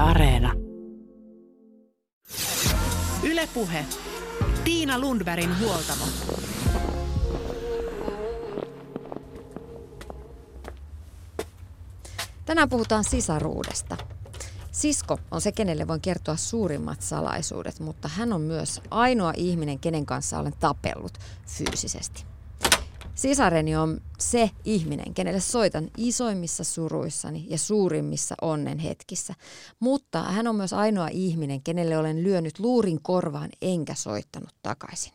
Areena. Yle Puhe. Tiina Lundbergin huoltamo. Tänään puhutaan sisaruudesta. Sisko on se, kenelle voin kertoa suurimmat salaisuudet, mutta hän on myös ainoa ihminen, kenen kanssa olen tapellut fyysisesti. Sisareni on se ihminen, kenelle soitan isoimmissa suruissani ja suurimmissa onnen hetkissä. Mutta hän on myös ainoa ihminen, kenelle olen lyönyt luurin korvaan enkä soittanut takaisin.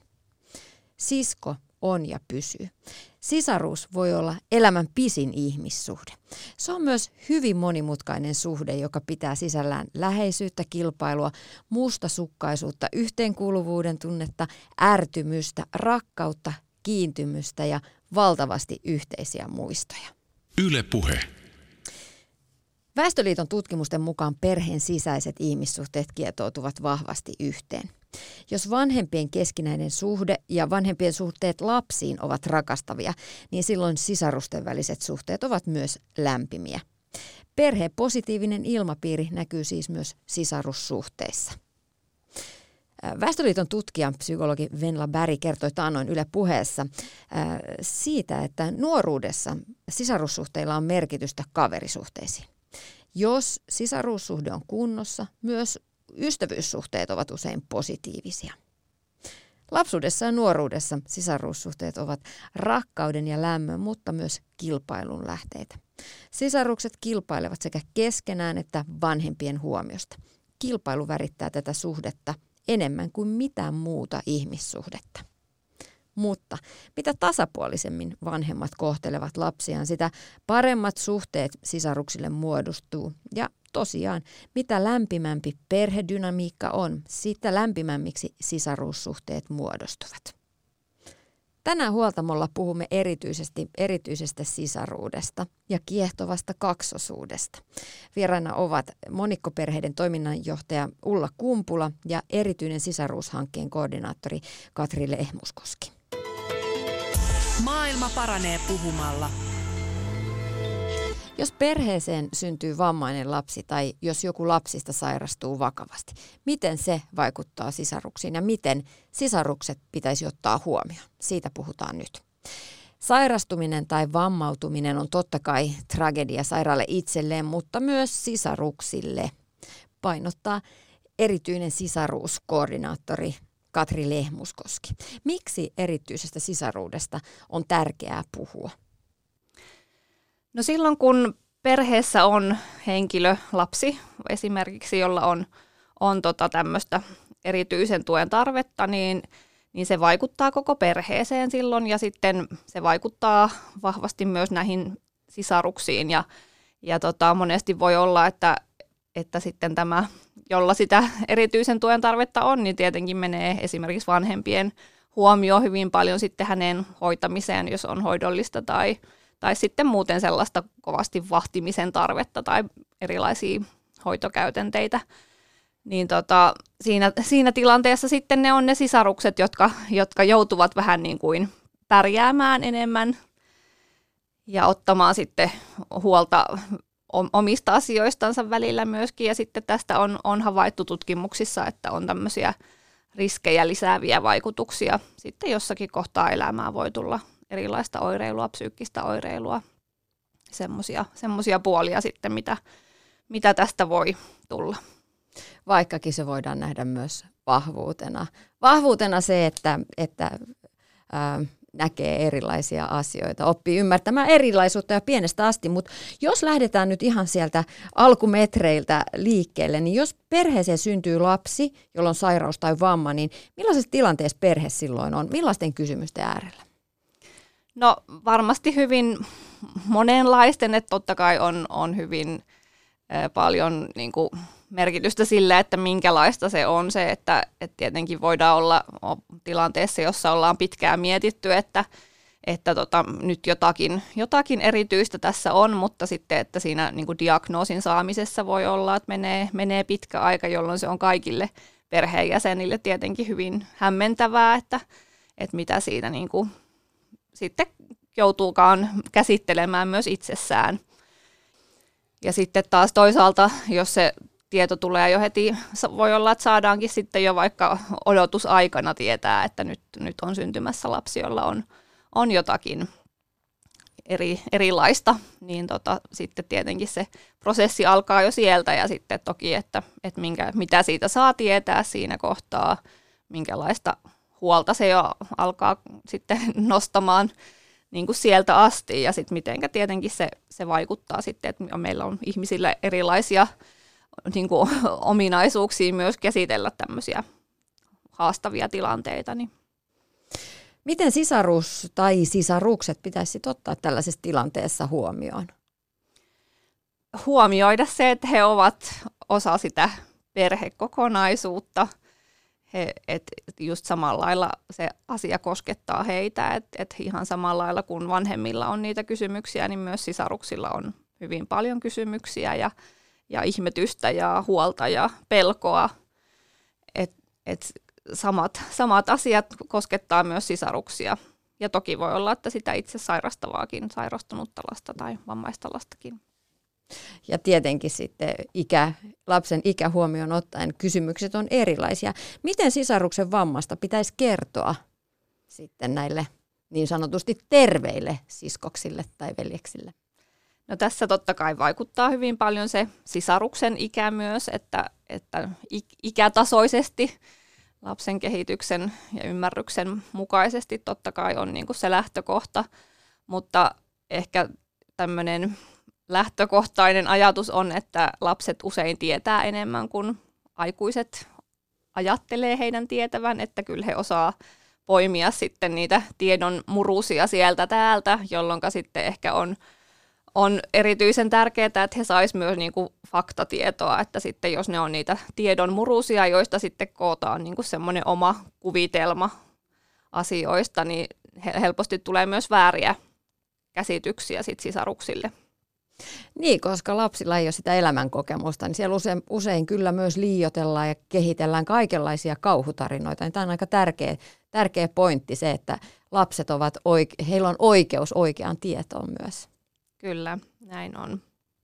Sisko on ja pysyy. Sisaruus voi olla elämän pisin ihmissuhde. Se on myös hyvin monimutkainen suhde, joka pitää sisällään läheisyyttä, kilpailua, mustasukkaisuutta, yhteenkuuluvuuden tunnetta, ärtymystä, rakkautta, kiintymystä ja valtavasti yhteisiä muistoja. Yle Puhe. Väestöliiton tutkimusten mukaan perheen sisäiset ihmissuhteet kietoutuvat vahvasti yhteen. Jos vanhempien keskinäinen suhde ja vanhempien suhteet lapsiin ovat rakastavia, niin silloin sisarusten väliset suhteet ovat myös lämpimiä. Perheen positiivinen ilmapiiri näkyy siis myös sisarussuhteissa. Väestöliiton tutkija, psykologi Venla Berg kertoi taannoin Yle Puheessa siitä, että nuoruudessa sisarussuhteilla on merkitystä kaverisuhteisiin. Jos sisaruussuhde on kunnossa, myös ystävyyssuhteet ovat usein positiivisia. Lapsuudessa ja nuoruudessa sisaruussuhteet ovat rakkauden ja lämmön, mutta myös kilpailun lähteitä. Sisarukset kilpailevat sekä keskenään että vanhempien huomiosta. Kilpailu värittää tätä suhdetta enemmän kuin mitään muuta ihmissuhdetta. Mutta mitä tasapuolisemmin vanhemmat kohtelevat lapsiaan, sitä paremmat suhteet sisaruksille muodostuu. Ja tosiaan, mitä lämpimämpi perhedynamiikka on, sitä lämpimämmiksi sisaruussuhteet muodostuvat. Tänään huoltamolla puhumme erityisestä sisaruudesta ja kiehtovasta kaksosuudesta. Vieraina ovat monikkoperheiden toiminnanjohtaja Ulla Kumpula ja erityinen sisaruushankkeen koordinaattori Katri Lehmuskoski. Maailma paranee puhumalla. Jos perheeseen syntyy vammainen lapsi tai jos joku lapsista sairastuu vakavasti, miten se vaikuttaa sisaruksiin ja miten sisarukset pitäisi ottaa huomioon? Siitä puhutaan nyt. Sairastuminen tai vammautuminen on totta kai tragedia sairaalle itselleen, mutta myös sisaruksille, painottaa erityinen sisaruuskoordinaattori Katri Lehmuskoski. Miksi erityisestä sisaruudesta on tärkeää puhua? No silloin kun perheessä on henkilö, lapsi esimerkiksi, jolla on tämmöistä erityisen tuen tarvetta, niin se vaikuttaa koko perheeseen silloin ja sitten se vaikuttaa vahvasti myös näihin sisaruksiin ja monesti voi olla, että sitten tämä, jolla sitä erityisen tuen tarvetta on, niin tietenkin menee esimerkiksi vanhempien huomio hyvin paljon sitten hänen hoitamiseen, jos on hoidollista tai sitten muuten sellaista kovasti vahtimisen tarvetta tai erilaisia hoitokäytänteitä. Niin siinä tilanteessa sitten ne on ne sisarukset, jotka joutuvat vähän niin kuin pärjäämään enemmän ja ottamaan sitten huolta omista asioistansa välillä myöskin. Ja sitten tästä on havaittu tutkimuksissa, että on tämmöisiä riskejä lisääviä vaikutuksia. Sitten jossakin kohtaa elämää voi tulla erilaista oireilua, psyykkistä oireilua, semmoisia puolia sitten, mitä tästä voi tulla. Vaikkakin se voidaan nähdä myös vahvuutena. Vahvuutena se, että näkee erilaisia asioita, oppii ymmärtämään erilaisuutta ja pienestä asti, mutta jos lähdetään nyt ihan sieltä alkumetreiltä liikkeelle, niin jos perheeseen syntyy lapsi, jolla on sairaus tai vamma, niin millaisessa tilanteessa perhe silloin on? Millaisten kysymysten äärellä? No varmasti hyvin monenlaisten, että totta kai on hyvin paljon niin kuin merkitystä sillä, että minkälaista se on se, että tietenkin voidaan olla tilanteessa, jossa ollaan pitkään mietitty, että nyt jotakin erityistä tässä on, mutta sitten, että siinä niin kuin diagnoosin saamisessa voi olla, että menee pitkä aika, jolloin se on kaikille perheenjäsenille tietenkin hyvin hämmentävää, että mitä siinä niin kuin sitten joutuukaan käsittelemään myös itsessään. Ja sitten taas toisaalta, jos se tieto tulee jo heti, voi olla, että saadaankin sitten jo vaikka odotusaikana tietää, että nyt on syntymässä lapsi, jolla on jotakin erilaista, niin sitten tietenkin se prosessi alkaa jo sieltä ja sitten toki, että mitä siitä saa tietää siinä kohtaa, minkälaista huolta se jo alkaa sitten nostamaan niin kuin sieltä asti ja sitten mitenkä tietenkin se vaikuttaa sitten, että meillä on ihmisillä erilaisia niin kuin ominaisuuksia myös käsitellä tämmöisiä haastavia tilanteita. Niin. Miten sisarus tai sisarukset pitäisi ottaa tällaisessa tilanteessa huomioon? Huomioida se, että he ovat osa sitä perhekokonaisuutta. Että just samalla lailla se asia koskettaa heitä, että ihan samalla lailla kuin vanhemmilla on niitä kysymyksiä, niin myös sisaruksilla on hyvin paljon kysymyksiä ja ihmetystä ja huolta ja pelkoa. Et samat asiat koskettaa myös sisaruksia. Ja toki voi olla, että sitä itse sairastavaakin, sairastunutta lasta tai vammaista lastakin. Ja tietenkin sitten lapsen ikä huomioon ottaen kysymykset on erilaisia. Miten sisaruksen vammasta pitäisi kertoa sitten näille niin sanotusti terveille siskoksille tai veljeksille? No tässä totta kai vaikuttaa hyvin paljon se sisaruksen ikä myös, että ikätasoisesti lapsen kehityksen ja ymmärryksen mukaisesti totta kai on niin kuin se lähtökohta, mutta ehkä tämmöinen lähtökohtainen ajatus on, että lapset usein tietää enemmän kuin aikuiset ajattelee heidän tietävän, että kyllä he osaa poimia sitten niitä tiedon murusia sieltä täältä, jolloin sitten ehkä on erityisen tärkeää, että he saisivat myös niin kuin faktatietoa, että sitten jos ne on niitä tiedon murusia, joista sitten kootaan niin kuin semmoinen oma kuvitelma asioista, niin helposti tulee myös vääriä käsityksiä sit sisaruksille. Niin, koska lapsilla ei ole sitä elämänkokemusta, niin siellä usein kyllä myös liioitellaan ja kehitellään kaikenlaisia kauhutarinoita. Niin tämä on aika tärkeä pointti se, että lapset heillä on oikeus oikeaan tietoon myös. Kyllä, näin on.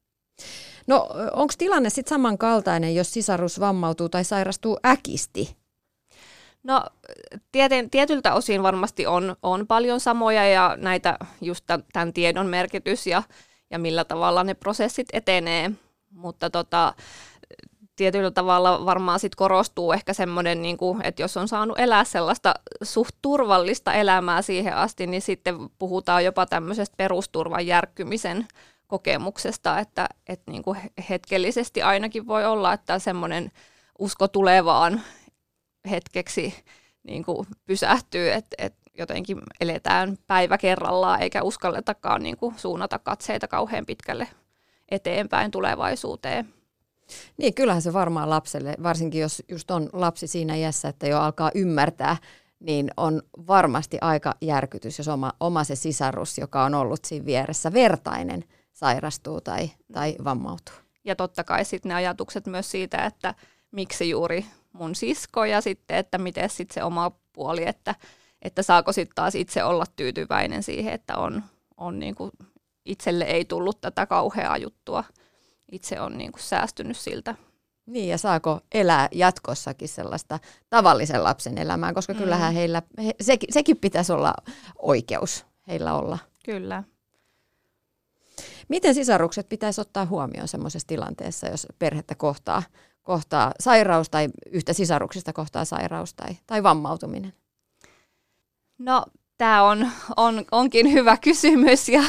No onko tilanne sitten samankaltainen, jos sisarus vammautuu tai sairastuu äkisti? No tietyltä osin varmasti on paljon samoja ja näitä just tämän tiedon merkitys ja millä tavalla ne prosessit etenee, mutta tietyllä tavalla varmaan sit korostuu ehkä semmoinen, niinku, että jos on saanut elää sellaista suht turvallista elämää siihen asti, niin sitten puhutaan jopa tämmöisestä perusturvan järkkymisen kokemuksesta, että niinku hetkellisesti ainakin voi olla, että semmoinen usko tulevaan hetkeksi niinku pysähtyy, että jotenkin eletään päivä kerrallaan eikä uskalletakaan niinku suunnata katseita kauhean pitkälle eteenpäin tulevaisuuteen. Niin, kyllähän se varmaan lapselle, varsinkin jos just on lapsi siinä iässä, että jo alkaa ymmärtää, niin on varmasti aika järkytys, jos oma se sisarus, joka on ollut siinä vieressä vertainen, sairastuu tai vammautuu. Ja totta kai sitten ne ajatukset myös siitä, että miksi juuri mun sisko ja sitten, että miten sitten se oma puoli, että saako sitten taas itse olla tyytyväinen siihen, että on niin kuin itselle ei tullut tätä kauheaa juttua. Itse on niin kuin säästynyt siltä. Niin, ja saako elää jatkossakin sellaista tavallisen lapsen elämää, koska kyllähän sekin pitäisi olla oikeus heillä olla. Kyllä. Miten sisarukset pitäisi ottaa huomioon semmoisessa tilanteessa, jos perhettä kohtaa sairaus tai yhtä sisaruksista kohtaa sairaus tai vammautuminen? No, tämä onkin hyvä kysymys ja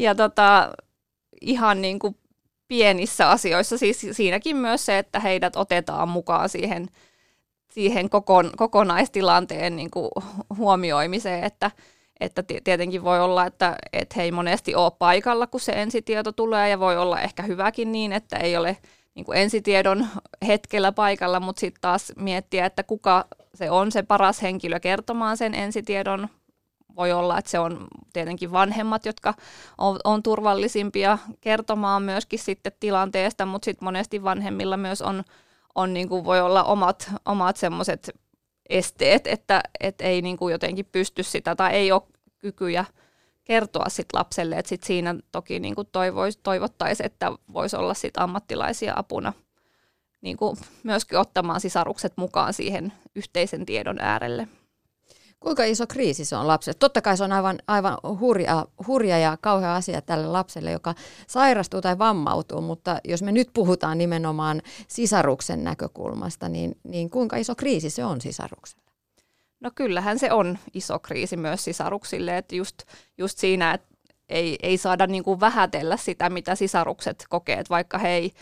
ihan niin kuin pienissä asioissa, siis siinäkin myös se, että heidät otetaan mukaan siihen kokonaistilanteen niin kuin huomioimiseen, että tietenkin voi olla, että he ei monesti ole paikalla, kun se ensitieto tulee, ja voi olla ehkä hyväkin niin, että ei ole niin kuin ensitiedon hetkellä paikalla, mutta sitten taas miettiä, että kuka se on se paras henkilö kertomaan sen ensitiedon. Voi olla, että se on tietenkin vanhemmat, jotka on turvallisimpia kertomaan myöskin sitten tilanteesta, mutta sitten monesti vanhemmilla myös on niin kuin voi olla omat semmoiset esteet, että ei niin kuin jotenkin pysty sitä tai ei ole kykyjä kertoa sit lapselle, että sit siinä toki niin kuin toivottaisiin, että voisi olla sit ammattilaisia apuna niin kuin myöskin ottamaan sisarukset mukaan siihen yhteisen tiedon äärelle. Kuinka iso kriisi se on lapselle? Totta kai se on aivan hurja ja kauhea asia tälle lapselle, joka sairastuu tai vammautuu, mutta jos me nyt puhutaan nimenomaan sisaruksen näkökulmasta, niin kuinka iso kriisi se on sisarukselle? No kyllähän se on iso kriisi myös sisaruksille, että just siinä, että ei saada niin kuin vähätellä sitä, mitä sisarukset kokee, että vaikka he ei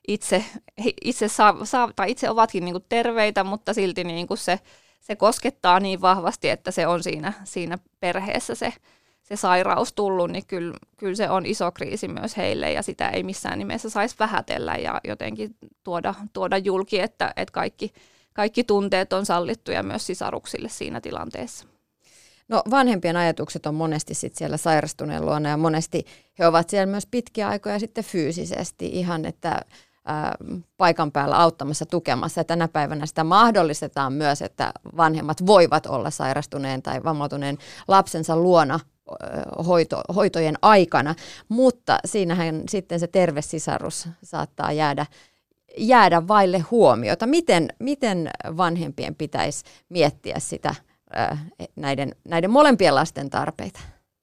itse ovatkin niin kuin terveitä, mutta silti niin kuin se koskettaa niin vahvasti, että se on siinä perheessä se sairaus tullut, niin kyllä se on iso kriisi myös heille ja sitä ei missään nimessä saisi vähätellä ja jotenkin tuoda julki, että kaikki tunteet on sallittuja myös sisaruksille siinä tilanteessa. No vanhempien ajatukset on monesti sit siellä sairastuneen luona ja monesti he ovat siellä myös pitkiä aikoja sitten fyysisesti ihan, että paikan päällä auttamassa, tukemassa. Ja tänä päivänä sitä mahdollistetaan myös, että vanhemmat voivat olla sairastuneen tai vammautuneen lapsensa luona hoitojen aikana, mutta siinähän sitten se terve sisarus saattaa jäädä vaille huomiota. Miten vanhempien pitäisi miettiä sitä näiden molempien lasten tarpeita?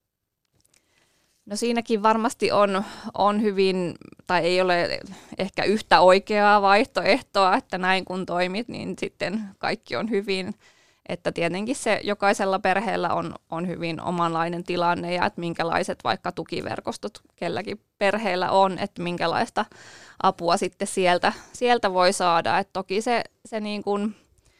No siinäkin varmasti on hyvin, tai ei ole ehkä yhtä oikeaa vaihtoehtoa, että näin kun toimit, niin sitten kaikki on hyvin. Että tietenkin se jokaisella perheellä on hyvin omanlainen tilanne ja että minkälaiset vaikka tukiverkostot kelläkin perheellä on, että minkälaista apua sitten sieltä voi saada. Että toki se niin kuin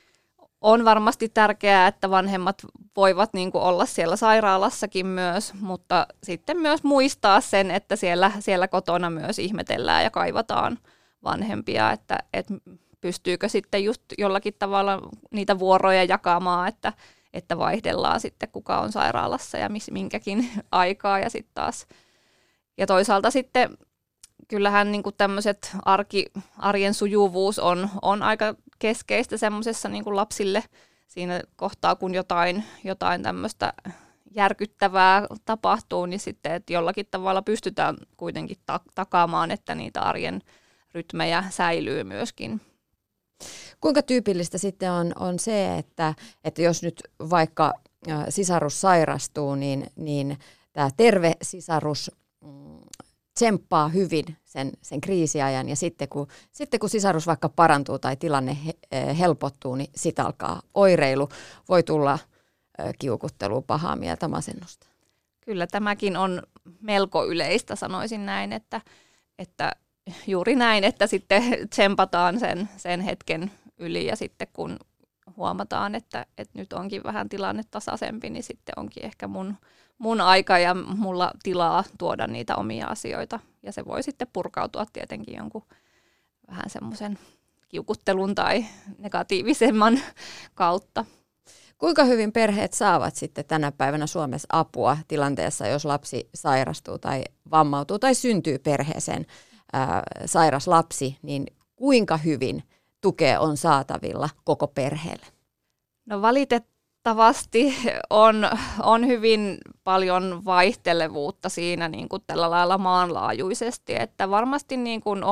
on varmasti tärkeää, että vanhemmat voivat niin kuin olla siellä sairaalassakin myös, mutta sitten myös muistaa sen, että siellä kotona myös ihmetellään ja kaivataan vanhempia, että pystyykö sitten just jollakin tavalla niitä vuoroja jakamaan, että vaihdellaan sitten kuka on sairaalassa ja minkäkin aikaa ja sitten taas. Ja toisaalta sitten kyllähän niin kuin tämmöiset arjen sujuvuus on aika keskeistä semmoisessa niin kuin lapsille siinä kohtaa, kun jotain tämmöistä järkyttävää tapahtuu, niin sitten, että jollakin tavalla pystytään kuitenkin takaamaan, että niitä arjen rytmejä säilyy myöskin. Kuinka tyypillistä sitten on se, että jos nyt vaikka sisarus sairastuu, niin tämä terve sisarus tsemppaa hyvin sen kriisiajan ja sitten kun sisarus vaikka parantuu tai tilanne helpottuu, niin sitten alkaa oireilu. Voi tulla kiukuttelua, pahaa mieltä, masennusta. Kyllä tämäkin on melko yleistä, sanoisin näin, että juuri näin, että sitten tsempataan sen hetken yli ja sitten kun huomataan, että nyt onkin vähän tilanne tasaisempi, niin sitten onkin ehkä mun aika ja mulla tilaa tuoda niitä omia asioita. Ja se voi sitten purkautua tietenkin jonkun vähän semmoisen kiukuttelun tai negatiivisemman kautta. Kuinka hyvin perheet saavat sitten tänä päivänä Suomessa apua tilanteessa, jos lapsi sairastuu tai vammautuu tai syntyy perheeseen sairas lapsi, niin kuinka hyvin tukea on saatavilla koko perheelle? No valitettavasti on hyvin paljon vaihtelevuutta siinä niin kuin tällä lailla maanlaajuisesti, että varmasti niin kuin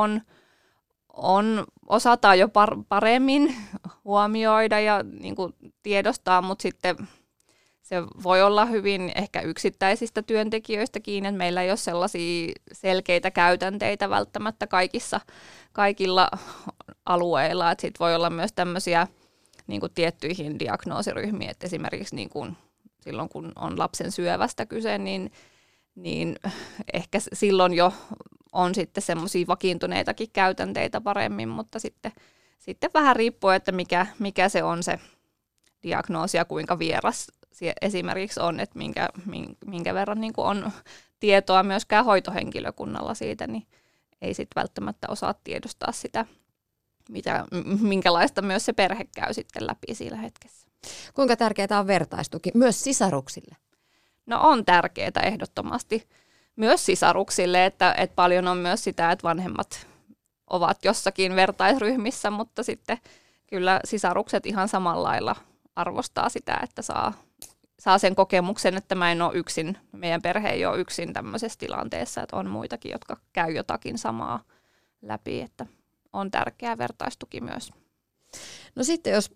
osataan jo paremmin huomioida ja niin kuin tiedostaa, mutta sitten se voi olla hyvin ehkä yksittäisistä työntekijöistä kiinni, että meillä ei ole sellaisia selkeitä käytänteitä välttämättä kaikilla alueilla, että sitten voi olla myös tämmöisiä niin kuin tiettyihin diagnoosiryhmiin, että esimerkiksi niin kuin silloin kun on lapsen syövästä kyse, niin ehkä silloin jo on sitten semmoisia vakiintuneitakin käytänteitä paremmin, mutta sitten vähän riippuu, että mikä se on se diagnoosi ja kuinka vieras esimerkiksi on, että minkä verran niin kuin on tietoa myöskään hoitohenkilökunnalla siitä, niin ei sitten välttämättä osaa tiedostaa sitä, minkälaista myös se perhe käy sitten läpi siinä hetkessä. Kuinka tärkeää on vertaistuki myös sisaruksille? No on tärkeää ehdottomasti myös sisaruksille, että paljon on myös sitä, että vanhemmat ovat jossakin vertaisryhmissä, mutta sitten kyllä sisarukset ihan samalla lailla arvostaa sitä, että saa sen kokemuksen, että mä en ole yksin, meidän perhe ei ole yksin tämmöisessä tilanteessa, että on muitakin, jotka käy jotakin samaa läpi, että on tärkeä vertaistuki myös. No sitten jos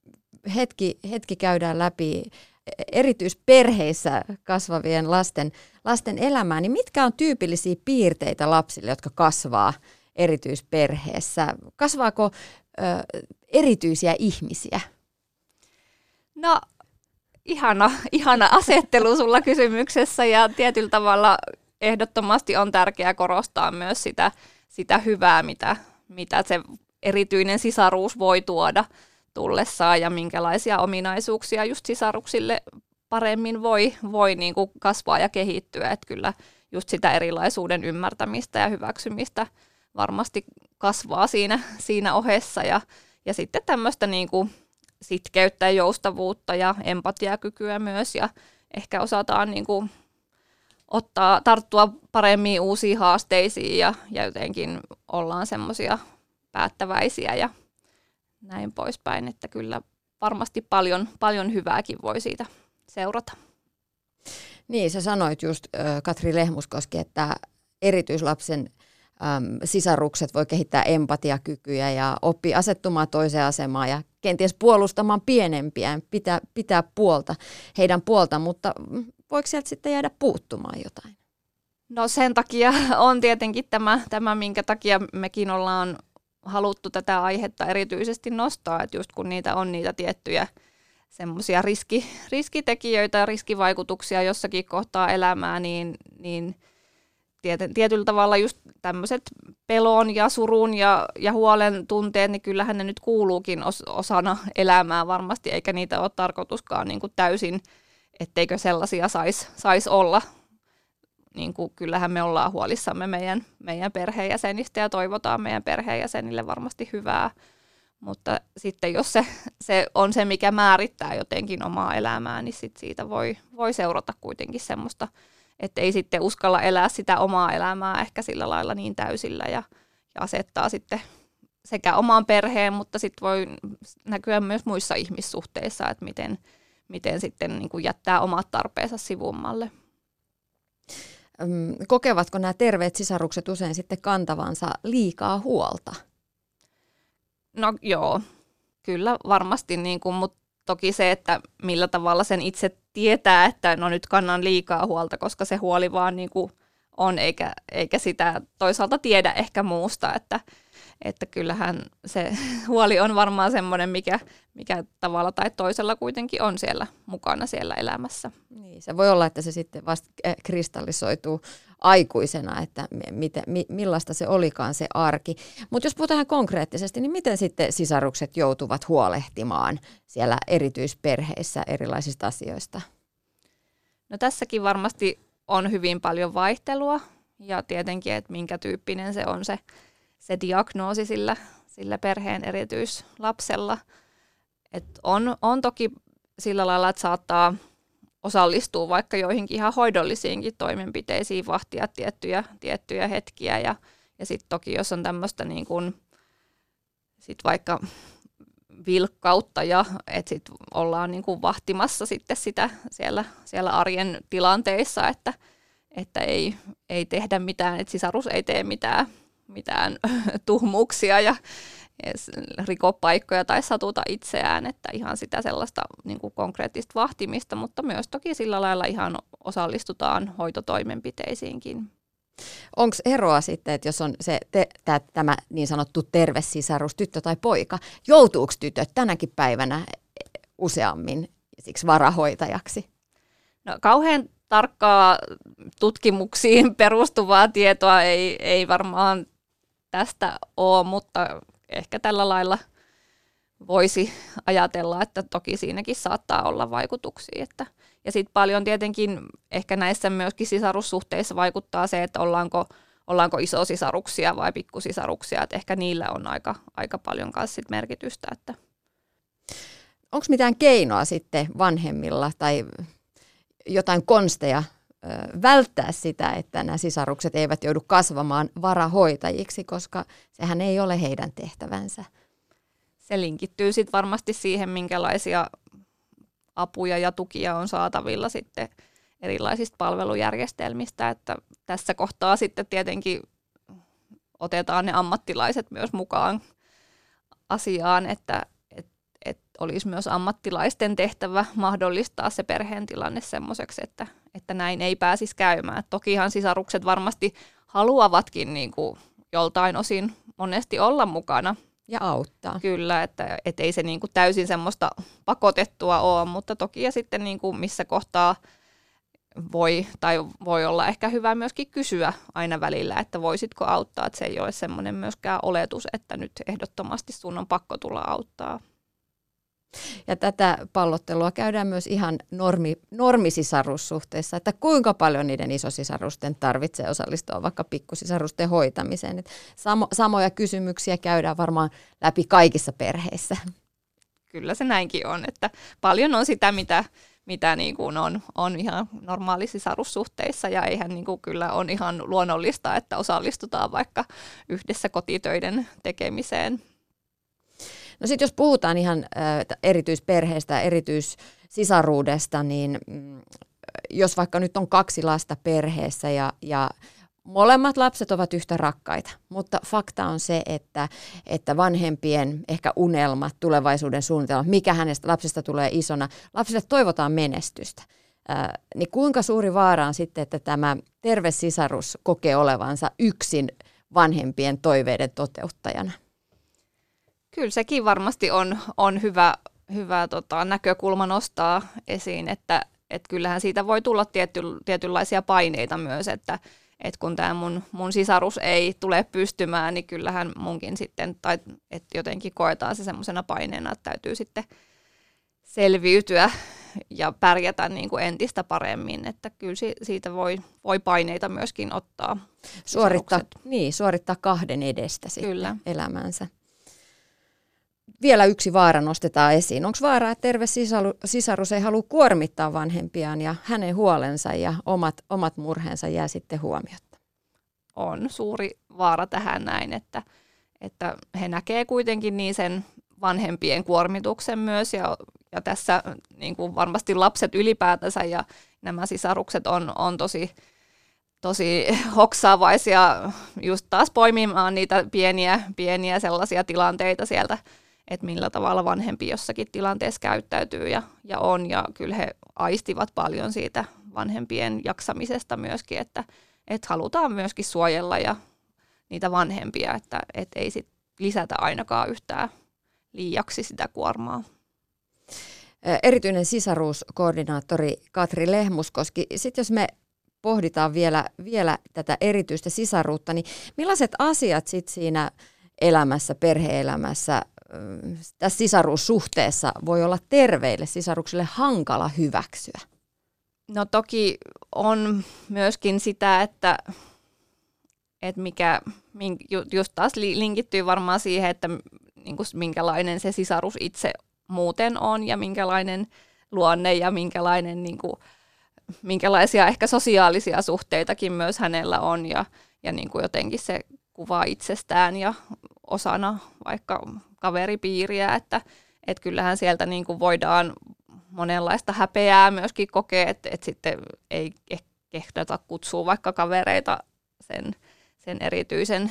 hetki käydään läpi erityisperheissä kasvavien lasten elämää, niin mitkä on tyypillisiä piirteitä lapsille, jotka kasvaa erityisperheessä? Kasvaako erityisiä ihmisiä? No ihana asettelu sulla kysymyksessä, ja tietyllä tavalla ehdottomasti on tärkeää korostaa myös sitä hyvää, mitä se erityinen sisaruus voi tuoda tullessaan ja minkälaisia ominaisuuksia just sisaruksille paremmin voi niin kuin kasvaa ja kehittyä. Että kyllä just sitä erilaisuuden ymmärtämistä ja hyväksymistä varmasti kasvaa siinä ohessa, ja sitten tämmöistä niin kuin sitkeyttä ja joustavuutta ja empatiakykyä myös, ja ehkä osataan niin kuin tarttua paremmin uusiin haasteisiin ja jotenkin ollaan semmoisia päättäväisiä ja näin poispäin, että kyllä varmasti paljon hyvääkin voi siitä seurata. Niin, sä sanoit just, Katri Lehmuskoski, että erityislapsen sisarukset voi kehittää empatiakykyjä ja oppii asettumaan toiseen asemaan ja kenties puolustamaan pienempiään, pitää puolta heidän puolta, mutta voiko sieltä sitten jäädä puuttumaan jotain? No sen takia on tietenkin tämä minkä takia mekin ollaan haluttu tätä aihetta erityisesti nostaa, että just kun niitä on niitä tiettyjä semmoisia riskitekijöitä ja riskivaikutuksia jossakin kohtaa elämää, niin tietyllä tavalla just tämmöiset pelon ja surun ja huolen tunteet, niin kyllähän ne nyt kuuluukin osana elämää varmasti, eikä niitä ole tarkoituskaan niin kuin täysin, etteikö sellaisia sais olla. Niin kuin kyllähän me ollaan huolissamme meidän perheenjäsenistä ja toivotaan meidän perheenjäsenille varmasti hyvää, mutta sitten jos se on se, mikä määrittää jotenkin omaa elämää, niin sit siitä voi seurata kuitenkin semmoista, että ei sitten uskalla elää sitä omaa elämää ehkä sillä lailla niin täysillä ja asettaa sitten sekä omaan perheen, mutta sitten voi näkyä myös muissa ihmissuhteissa, että miten sitten niin kuin jättää omat tarpeensa sivummalle. Kokevatko nämä terveet sisarukset usein sitten kantavansa liikaa huolta? No joo, kyllä varmasti, niin kuin, mutta toki se, että millä tavalla sen itse tietää, että no nyt kannan liikaa huolta, koska se huoli vaan niin kuin on, eikä sitä toisaalta tiedä ehkä muusta, että kyllähän se huoli on varmaan semmoinen, mikä tavalla tai toisella kuitenkin on siellä mukana siellä elämässä. Niin, se voi olla, että se sitten vasta kristallisoituu aikuisena, että millaista se olikaan se arki. Mutta jos puhutaan konkreettisesti, niin miten sitten sisarukset joutuvat huolehtimaan siellä erityisperheissä erilaisista asioista? No tässäkin varmasti on hyvin paljon vaihtelua ja tietenkin, että minkä tyyppinen se on se diagnoosi sillä perheen erityislapsella. Et on toki sillä lailla, että saattaa osallistua vaikka joihinkin ihan hoidollisiinkin toimenpiteisiin, vahtia tiettyjä hetkiä. Ja sitten toki, jos on tämmöistä niin kuin, sit vaikka vilkkautta ja että sit ollaan niin kuin vahtimassa sitten sitä siellä arjen tilanteissa, että ei tehdä mitään, että sisarus ei tee mitään tuhmuuksia ja rikopaikkoja tai satuta itseään, että ihan sitä sellaista niin kuin konkreettista vahtimista, mutta myös toki sillä lailla ihan osallistutaan hoitotoimenpiteisiinkin. Onko eroa sitten, että jos on tämä niin sanottu terve sisarus, tyttö tai poika, joutuuko tytöt tänäkin päivänä useammin siksi varahoitajaksi? No kauhean tarkkaa tutkimuksiin perustuvaa tietoa ei varmaan tästä ole, mutta ehkä tällä lailla voisi ajatella, että toki siinäkin saattaa olla vaikutuksia. Ja sitten paljon tietenkin ehkä näissä myöskin sisarussuhteissa vaikuttaa se, että ollaanko isosisaruksia vai pikkusisaruksia, että ehkä niillä on aika paljon kanssa sit merkitystä. Onko mitään keinoa sitten vanhemmilla tai jotain konsteja välttää sitä, että nämä sisarukset eivät joudu kasvamaan varahoitajiksi, koska sehän ei ole heidän tehtävänsä? Se linkittyy sitten varmasti siihen, minkälaisia apuja ja tukia on saatavilla sitten erilaisista palvelujärjestelmistä, että tässä kohtaa sitten tietenkin otetaan ne ammattilaiset myös mukaan asiaan, että olisi myös ammattilaisten tehtävä mahdollistaa se perheen tilanne semmoiseksi, että näin ei pääsisi käymään. Tokihan sisarukset varmasti haluavatkin niin kuin joltain osin monesti olla mukana. Ja auttaa. Kyllä, että ei se niin kuin täysin semmoista pakotettua ole, mutta toki ja sitten niin kuin missä kohtaa voi olla ehkä hyvä myöskin kysyä aina välillä, että voisitko auttaa, että se ei ole semmoinen myöskään oletus, että nyt ehdottomasti sun on pakko tulla auttaa. Ja tätä pallottelua käydään myös ihan normisisarussuhteissa, että kuinka paljon niiden isosisarusten tarvitsee osallistua vaikka pikkusisarusten hoitamiseen. Et samoja kysymyksiä käydään varmaan läpi kaikissa perheissä. Kyllä se näinkin on, että paljon on sitä, mitä niin kuin on ihan normaalisissa sisarussuhteissa, ja eihän niin kuin kyllä on ihan luonnollista, että osallistutaan vaikka yhdessä kotitöiden tekemiseen. No sitten jos puhutaan ihan erityisperheestä, erityissisaruudesta, niin jos vaikka nyt on 2 lasta perheessä ja molemmat lapset ovat yhtä rakkaita, mutta fakta on se, että vanhempien ehkä unelmat, tulevaisuuden suunnitelmat, mikä hänestä lapsesta tulee isona, lapsille toivotaan menestystä. Niin kuinka suuri vaara on sitten, että tämä terve sisarus kokee olevansa yksin vanhempien toiveiden toteuttajana? Kyllä sekin varmasti on hyvä näkökulma nostaa esiin, että kyllähän siitä voi tulla tietynlaisia paineita myös, että kun tämä mun sisarus ei tule pystymään, niin kyllähän munkin sitten, tai että jotenkin koetaan se semmoisena paineena, että täytyy sitten selviytyä ja pärjätä niin kuin entistä paremmin, että kyllä siitä voi paineita myöskin ottaa. Suorittaa 2 edestä sitten kyllä. Elämänsä. Vielä yksi vaara nostetaan esiin. Onko vaara, että terve sisarus ei halua kuormittaa vanhempiaan ja hänen huolensa ja omat murheensa jää sitten huomiotta? On suuri vaara tähän näin, että he näkee kuitenkin niin sen vanhempien kuormituksen myös ja tässä niin kuin varmasti lapset ylipäätänsä ja nämä sisarukset on tosi hoksaavaisia just taas poimimaan niitä pieniä sellaisia tilanteita sieltä, että millä tavalla vanhempi jossakin tilanteessa käyttäytyy ja kyllä he aistivat paljon siitä vanhempien jaksamisesta myöskin, että halutaan myöskin suojella ja niitä vanhempia, että ei sit lisätä ainakaan yhtään liiaksi sitä kuormaa. Erityinen sisaruuskoordinaattori Katri Lehmuskoski, sitten jos me pohditaan vielä tätä erityistä sisaruutta, niin millaiset asiat sitten siinä elämässä, perhe-elämässä, tässä sisaruussuhteessa voi olla terveille sisaruksille hankala hyväksyä? No toki on myöskin sitä, että mikä just taas linkittyy varmaan siihen, että niin kuin minkälainen se sisarus itse muuten on ja minkälainen luonne ja minkälaisia ehkä sosiaalisia suhteitakin myös hänellä on ja niin kuin jotenkin se kuvaa itsestään ja osana vaikka kaveripiiriä, että kyllähän sieltä niin kuin voidaan monenlaista häpeää myöskin kokea, että sitten ei kehdata kutsua vaikka kavereita sen erityisen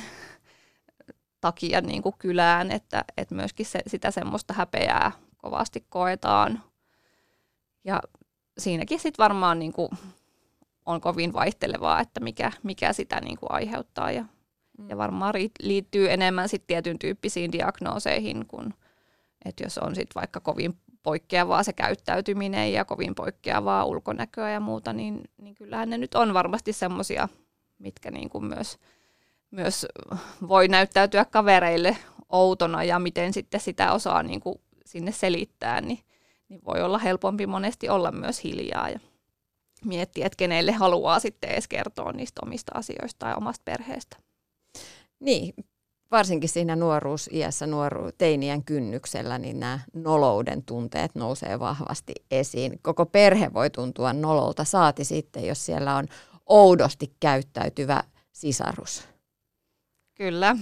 takia niin kuin kylään, että myöskin sitä semmoista häpeää kovasti koetaan. Ja siinäkin sitten varmaan niin kuin on kovin vaihtelevaa, että mikä sitä niin kuin aiheuttaa. Ja varmaan liittyy enemmän sitten tietyn tyyppisiin diagnooseihin, kun että jos on sitten vaikka kovin poikkeavaa se käyttäytyminen ja kovin poikkeavaa ulkonäköä ja muuta, niin kyllähän ne nyt on varmasti semmoisia, mitkä niin kuin myös voi näyttäytyä kavereille outona ja miten sitten sitä osaa niin kuin sinne selittää, niin voi olla helpompi monesti olla myös hiljaa ja miettiä, että kenelle haluaa sitten edes kertoa niistä omista asioista ja omasta perheestä. Niin, varsinkin siinä nuoruusiässä, teiniän kynnyksellä, niin nämä nolouden tunteet nousee vahvasti esiin. Koko perhe voi tuntua nololta, saati sitten, jos siellä on oudosti käyttäytyvä sisarus. Kyllä.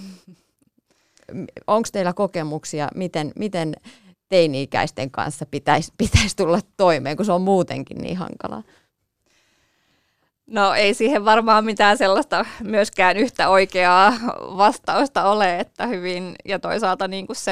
Onko teillä kokemuksia, miten teini-ikäisten kanssa pitäisi tulla toimeen, kun se on muutenkin niin hankalaa? No ei siihen varmaan mitään sellaista myöskään yhtä oikeaa vastausta ole, että hyvin, ja toisaalta niin kuin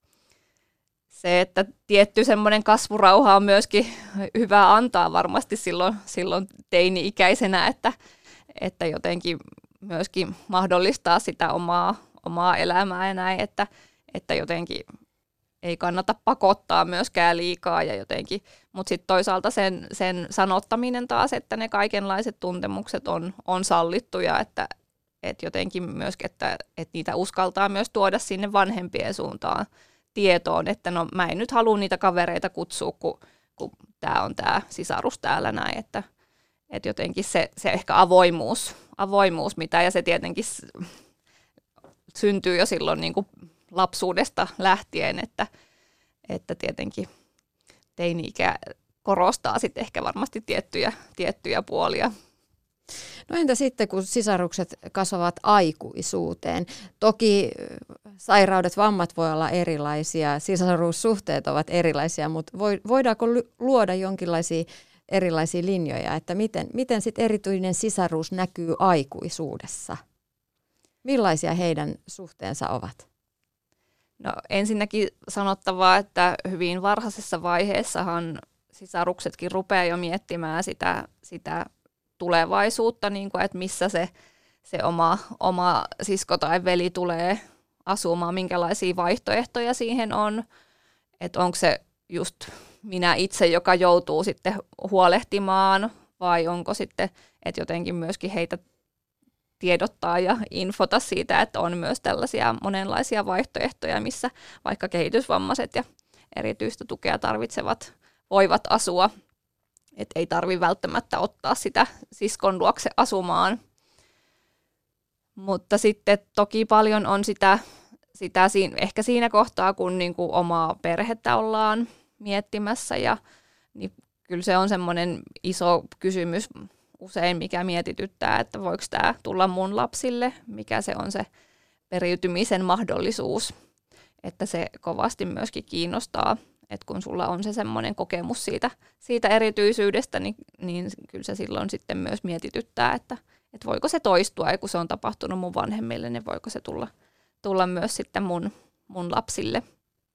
se, että tietty semmoinen kasvurauha on myöskin hyvä antaa varmasti silloin teini-ikäisenä, että jotenkin myöskin mahdollistaa sitä omaa elämää ja näin, että jotenkin ei kannata pakottaa myöskään liikaa ja jotenkin, mutta sitten toisaalta sen sanottaminen taas, että ne kaikenlaiset tuntemukset on sallittuja, että jotenkin myöskin, että niitä uskaltaa myös tuoda sinne vanhempien suuntaan tietoon, että no mä en nyt halua niitä kavereita kutsua, kun tämä on tämä sisarus täällä näin, että jotenkin se ehkä avoimuus mitä, ja se tietenkin syntyy jo silloin niin kuin lapsuudesta lähtien, että tietenkin teini-ikä korostaa sitten ehkä varmasti tiettyjä puolia. No entä sitten, kun sisarukset kasvavat aikuisuuteen? Toki sairaudet, vammat voi olla erilaisia, sisarussuhteet ovat erilaisia, mutta voidaanko luoda jonkinlaisia erilaisia linjoja, että miten sitten erityinen sisaruus näkyy aikuisuudessa? Millaisia heidän suhteensa ovat? No ensinnäkin sanottavaa, että hyvin varhaisessa vaiheessahan sisaruksetkin rupeaa jo miettimään sitä tulevaisuutta, niin kuin, että missä se oma sisko tai veli tulee asumaan, minkälaisia vaihtoehtoja siihen on, että onko se just minä itse, joka joutuu sitten huolehtimaan, vai onko sitten, että jotenkin myöskin heitä tiedottaa ja infota siitä, että on myös tällaisia monenlaisia vaihtoehtoja, missä vaikka kehitysvammaiset ja erityistä tukea tarvitsevat voivat asua. Että ei tarvitse välttämättä ottaa sitä siskon luokse asumaan. Mutta sitten toki paljon on sitä ehkä siinä kohtaa, kun niinku omaa perhettä ollaan miettimässä. Ja niin kyllä se on semmoinen iso kysymys usein, mikä mietityttää, että voiko tämä tulla mun lapsille, mikä se on se periytymisen mahdollisuus. Että se kovasti myöskin kiinnostaa. Että kun sulla on se semmoinen kokemus siitä erityisyydestä, niin kyllä se silloin sitten myös mietityttää, että voiko se toistua, ja kun se on tapahtunut mun vanhemmille, niin voiko se tulla myös sitten mun lapsille.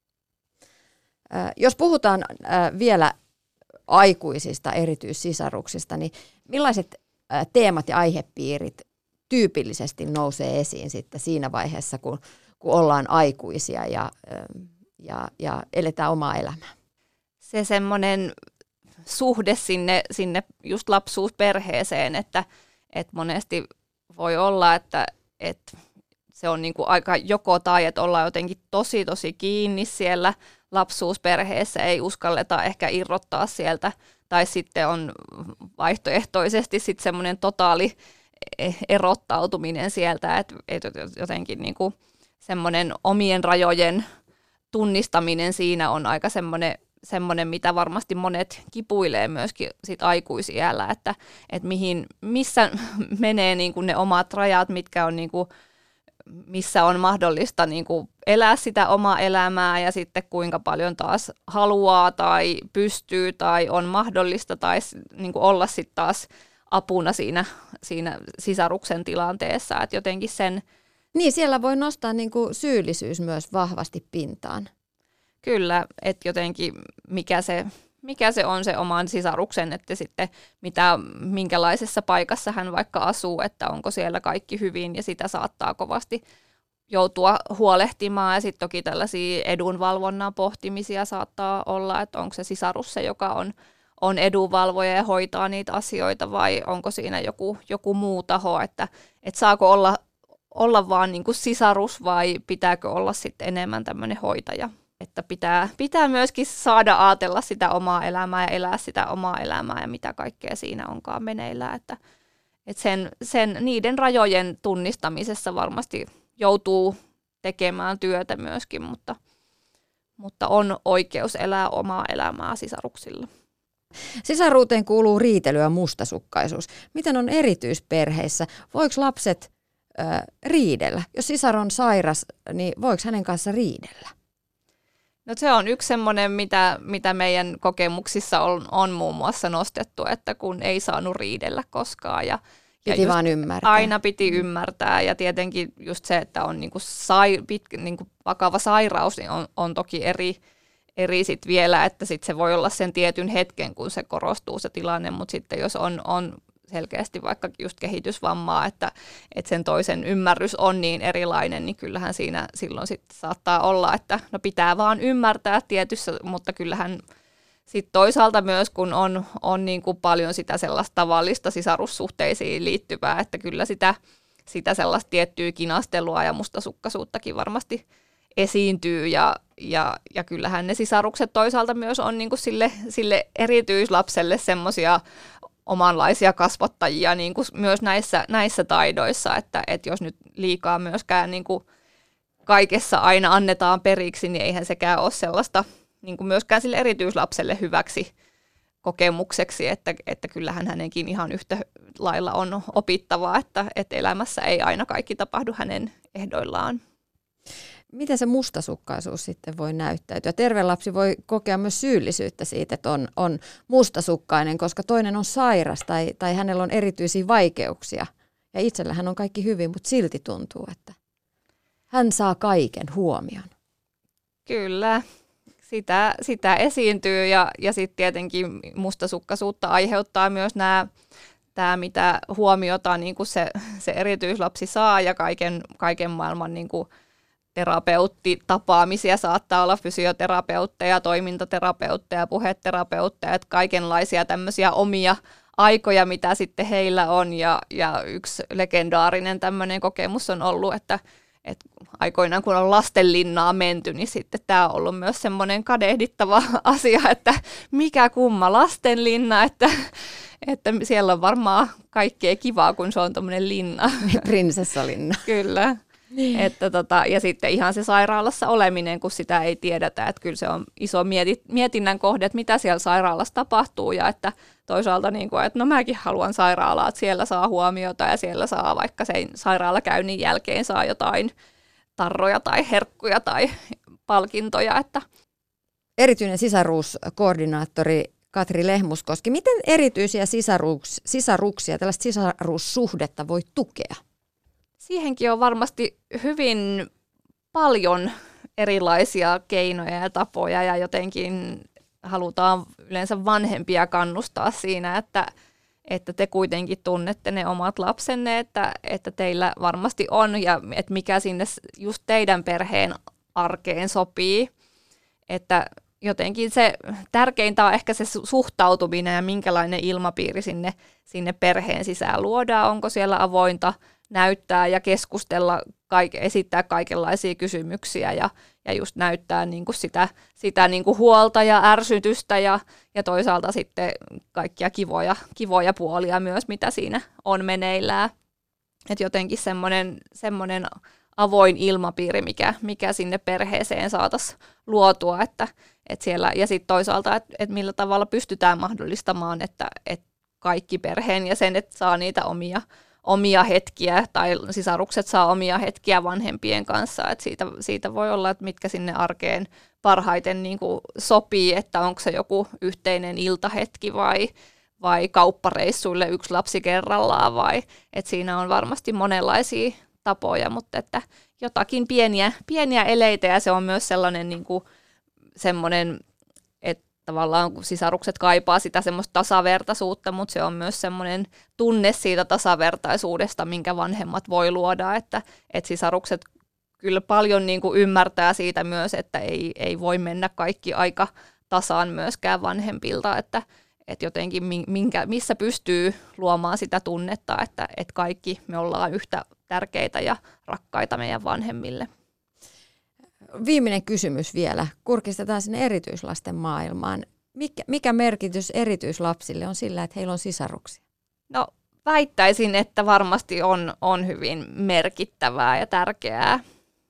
Jos puhutaan vielä aikuisista erityissisaruksista, niin millaiset teemat ja aihepiirit tyypillisesti nousee esiin sitten siinä vaiheessa, kun ollaan aikuisia ja eletään omaa elämää? Se semmoinen suhde sinne just lapsuusperheeseen, että monesti voi olla, että se on niinku aika joko tai, että ollaan jotenkin tosi kiinni siellä lapsuusperheessä, ei uskalleta ehkä irrottaa sieltä, tai sitten on vaihtoehtoisesti sitten semmoinen totaali erottautuminen sieltä, että jotenkin niinku semmoinen omien rajojen tunnistaminen siinä on aika semmoinen, mitä varmasti monet kipuilee myöskin sit aikuisiällä, että missä menee niinku ne omat rajat, mitkä on niinku, missä on mahdollista niinku elää sitä omaa elämää, ja sitten kuinka paljon taas haluaa tai pystyy tai on mahdollista tai niinku olla sitten taas apuna siinä sisaruksen tilanteessa, että jotenkin sen. Niin, siellä voi nostaa niinku syyllisyys myös vahvasti pintaan. Kyllä, että jotenkin mikä se on se oman sisaruksen, että sitten minkälaisessa paikassa hän vaikka asuu, että onko siellä kaikki hyvin, ja sitä saattaa kovasti joutua huolehtimaan, ja sitten toki tällaisia edunvalvonnan pohtimisia saattaa olla, että onko se sisarus se, joka on edunvalvoja ja hoitaa niitä asioita, vai onko siinä joku muu taho, että saako olla vaan niin kuin sisarus, vai pitääkö olla sitten enemmän tämmöinen hoitaja. Että pitää myöskin saada ajatella sitä omaa elämää ja elää sitä omaa elämää ja mitä kaikkea siinä onkaan meneillään. Että niiden rajojen tunnistamisessa varmasti joutuu tekemään työtä myöskin, mutta on oikeus elää omaa elämää sisaruksilla. Sisaruuteen kuuluu riitely ja mustasukkaisuus. Miten on erityisperheissä? Voiko lapset riidellä? Jos sisar on sairas, niin voiko hänen kanssa riidellä? No se on yksi semmoinen, mitä meidän kokemuksissa on muun muassa nostettu, että kun ei saanut riidellä koskaan. Ja piti vaan ymmärtää. Aina piti ymmärtää ja tietenkin just se, että on niinku vakava sairaus, niin on toki eri sit vielä, että sit se voi olla sen tietyn hetken, kun se korostuu se tilanne, mutta sitten jos on selkeästi vaikka just kehitysvammaa, että sen toisen ymmärrys on niin erilainen, niin kyllähän siinä silloin sitten saattaa olla, että no pitää vaan ymmärtää tietyssä, mutta kyllähän sitten toisaalta myös, kun on niin kuin paljon sitä sellaista tavallista sisarussuhteisiin liittyvää, että kyllä sitä sellaista tiettyä kinastelua ja mustasukkaisuuttakin varmasti esiintyy ja kyllähän ne sisarukset toisaalta myös on niin kuin sille erityislapselle semmoisia omanlaisia kasvattajia niin kuin myös näissä taidoissa, että jos nyt liikaa myöskään niin kuin kaikessa aina annetaan periksi, niin eihän sekään ole sellaista niin kuin myöskään sille erityislapselle hyväksi kokemukseksi, että kyllähän hänenkin ihan yhtä lailla on opittavaa, että elämässä ei aina kaikki tapahdu hänen ehdoillaan. Miten se mustasukkaisuus sitten voi näyttäytyä? Terve lapsi voi kokea myös syyllisyyttä siitä, että on mustasukkainen, koska toinen on sairas tai hänellä on erityisiä vaikeuksia. Ja itsellähän on kaikki hyvin, mutta silti tuntuu, että hän saa kaiken huomion. Kyllä, sitä esiintyy ja sitten tietenkin mustasukkaisuutta aiheuttaa myös tämä, mitä huomiota niin kuin se erityislapsi saa ja kaiken maailman niin kuin terapeuttitapaamisia, saattaa olla fysioterapeutteja, toimintaterapeutteja, puheterapeutteja, että kaikenlaisia tämmöisiä omia aikoja, mitä sitten heillä on. Ja yksi legendaarinen tämmöinen kokemus on ollut, että aikoinaan kun on lastenlinnaa menty, niin sitten tämä on ollut myös semmoinen kadehdittava asia, että mikä kumma lastenlinna, että siellä on varmaan kaikkea kivaa, kun se on tämmöinen linna. Prinsessalinna. Kyllä. Ja sitten ihan se sairaalassa oleminen, kun sitä ei tiedetä, että kyllä se on iso mietinnän kohde, että mitä siellä sairaalassa tapahtuu ja että toisaalta niin kuin, että no mäkin haluan sairaalaa, että siellä saa huomiota ja siellä saa vaikka sen sairaalakäynnin jälkeen saa jotain tarroja tai herkkuja tai palkintoja. Että. Erityinen sisaruuskoordinaattori Katri Lehmuskoski, miten erityisiä sisaruksia, tällaista sisaruussuhdetta voi tukea? Siihenkin on varmasti hyvin paljon erilaisia keinoja ja tapoja ja jotenkin halutaan yleensä vanhempia kannustaa siinä, että te kuitenkin tunnette ne omat lapsenne, että teillä varmasti on ja että mikä sinne just teidän perheen arkeen sopii. Että jotenkin se tärkeintä on ehkä se suhtautuminen ja minkälainen ilmapiiri sinne perheen sisään luodaan, onko siellä avointa näyttää ja keskustella, esittää kaikenlaisia kysymyksiä ja just näyttää niin kuin sitä niin kuin huolta ja ärsytystä ja toisaalta sitten kaikkia kivoja puolia myös, mitä siinä on meneillään. Et jotenkin semmoinen avoin ilmapiiri, mikä sinne perheeseen saataisiin luotua, että siellä, ja sitten toisaalta, että millä tavalla pystytään mahdollistamaan, että kaikki perheenjäsenet saa niitä omia hetkiä, tai sisarukset saa omia hetkiä vanhempien kanssa, että siitä voi olla, että mitkä sinne arkeen parhaiten niin kuin sopii, että onko se joku yhteinen iltahetki vai kauppareissuille yksi lapsi kerrallaan, vai että siinä on varmasti monenlaisia tapoja, mutta että jotakin pieniä eleitä, ja se on myös sellainen niin kuin semmoinen, että tavallaan kun sisarukset kaipaa sitä semmoista tasavertaisuutta, mutta se on myös semmoinen tunne siitä tasavertaisuudesta, minkä vanhemmat voi luoda, että sisarukset kyllä paljon niin kuin ymmärtää siitä myös, että ei voi mennä kaikki aika tasaan myöskään vanhempilta, että jotenkin missä pystyy luomaan sitä tunnetta, että kaikki me ollaan yhtä tärkeitä ja rakkaita meidän vanhemmille. Viimeinen kysymys vielä. Kurkistetaan sinne erityislasten maailmaan. Mikä merkitys erityislapsille on sillä, että heillä on sisaruksia? No väittäisin, että varmasti on hyvin merkittävää ja tärkeää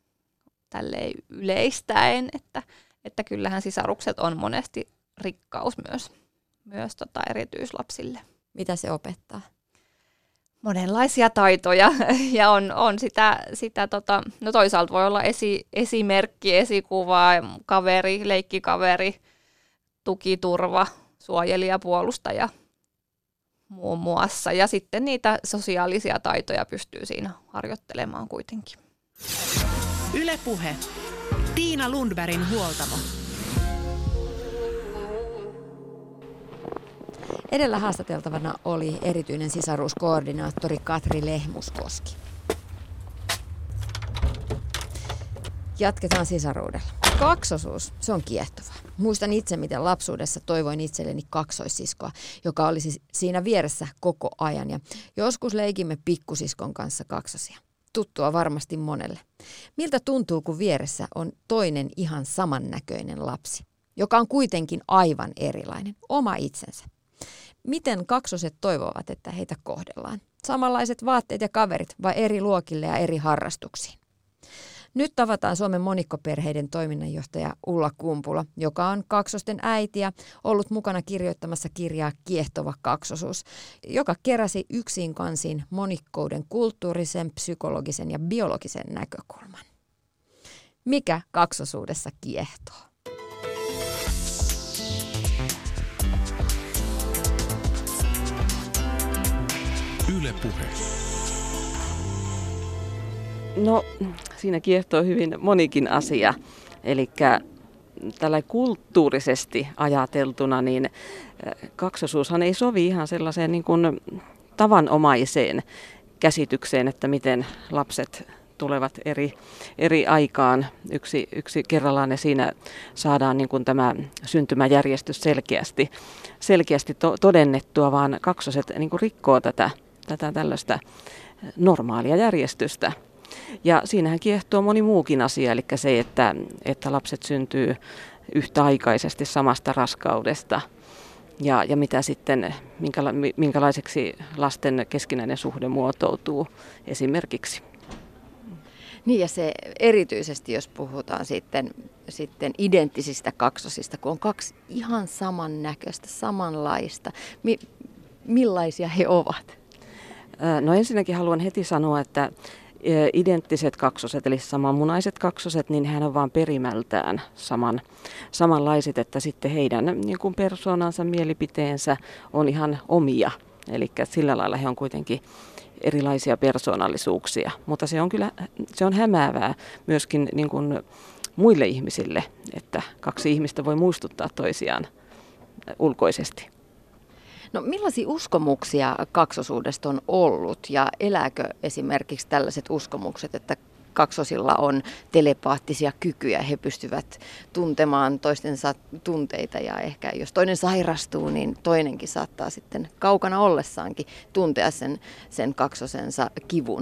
tälleen yleistäen, että kyllähän sisarukset on monesti rikkaus myös erityislapsille. Mitä se opettaa? monenlaisia taitoja ja on sitä no toisaalta voi olla esimerkki, esikuva, kaveri, leikkikaveri, tukiturva, suojelija, puolustaja muun muassa. Ja sitten niitä sosiaalisia taitoja pystyy siinä harjoittelemaan kuitenkin. Yle Puhe. Tiina Lundbergin huoltamo. Edellä haastateltavana oli erityinen sisaruuskoordinaattori Katri Lehmuskoski. Jatketaan sisaruudella. Kaksosuus, se on kiehtovaa. Muistan itse, miten lapsuudessa toivoin itselleni kaksoissiskoa, joka olisi siinä vieressä koko ajan. Ja joskus leikimme pikkusiskon kanssa kaksosia. Tuttua varmasti monelle. Miltä tuntuu, kun vieressä on toinen ihan samannäköinen lapsi, joka on kuitenkin aivan erilainen, oma itsensä? Miten kaksoset toivovat, että heitä kohdellaan? Samanlaiset vaatteet ja kaverit vai eri luokille ja eri harrastuksiin? Nyt tavataan Suomen monikkoperheiden toiminnanjohtaja Ulla Kumpula, joka on kaksosten äiti ja ollut mukana kirjoittamassa kirjaa Kiehtova kaksosuus, joka keräsi yksin kansiin monikkouden kulttuurisen, psykologisen ja biologisen näkökulman. Mikä kaksosuudessa kiehtoo? Yle Puhe. No, siinä kiehtoo hyvin monikin asia. Eli tällä kulttuurisesti ajateltuna, niin kaksosuushan ei sovi ihan sellaiseen niin kuin tavanomaiseen käsitykseen, että miten lapset tulevat eri aikaan yksi kerrallaan, ja siinä saadaan niin kuin tämä syntymäjärjestys selkeästi todennettua, vaan kaksoset niin kuin rikkoo tätä tällaista normaalia järjestystä. Ja siinähän kiehtoo moni muukin asia, eli se, että lapset syntyy yhtäaikaisesti samasta raskaudesta ja mitä sitten, minkälaiseksi lasten keskinäinen suhde muotoutuu esimerkiksi. Niin, ja se erityisesti, jos puhutaan sitten identtisistä kaksosista, kun on kaksi ihan samannäköistä, samanlaista. Millaisia he ovat? No ensinnäkin haluan heti sanoa, että identtiset kaksoset, eli samanmunaiset kaksoset, niin hän on vain perimältään samanlaiset, että sitten heidän niin kuin persoonansa, mielipiteensä on ihan omia. Eli sillä lailla he on kuitenkin erilaisia persoonallisuuksia, mutta se on hämäävää myöskin niin kuin muille ihmisille, että kaksi ihmistä voi muistuttaa toisiaan ulkoisesti. No millaisia uskomuksia kaksosuudesta on ollut ja elääkö esimerkiksi tällaiset uskomukset, että kaksosilla on telepaattisia kykyjä, he pystyvät tuntemaan toistensa tunteita ja ehkä jos toinen sairastuu, niin toinenkin saattaa sitten kaukana ollessaankin tuntea sen kaksosensa kivun.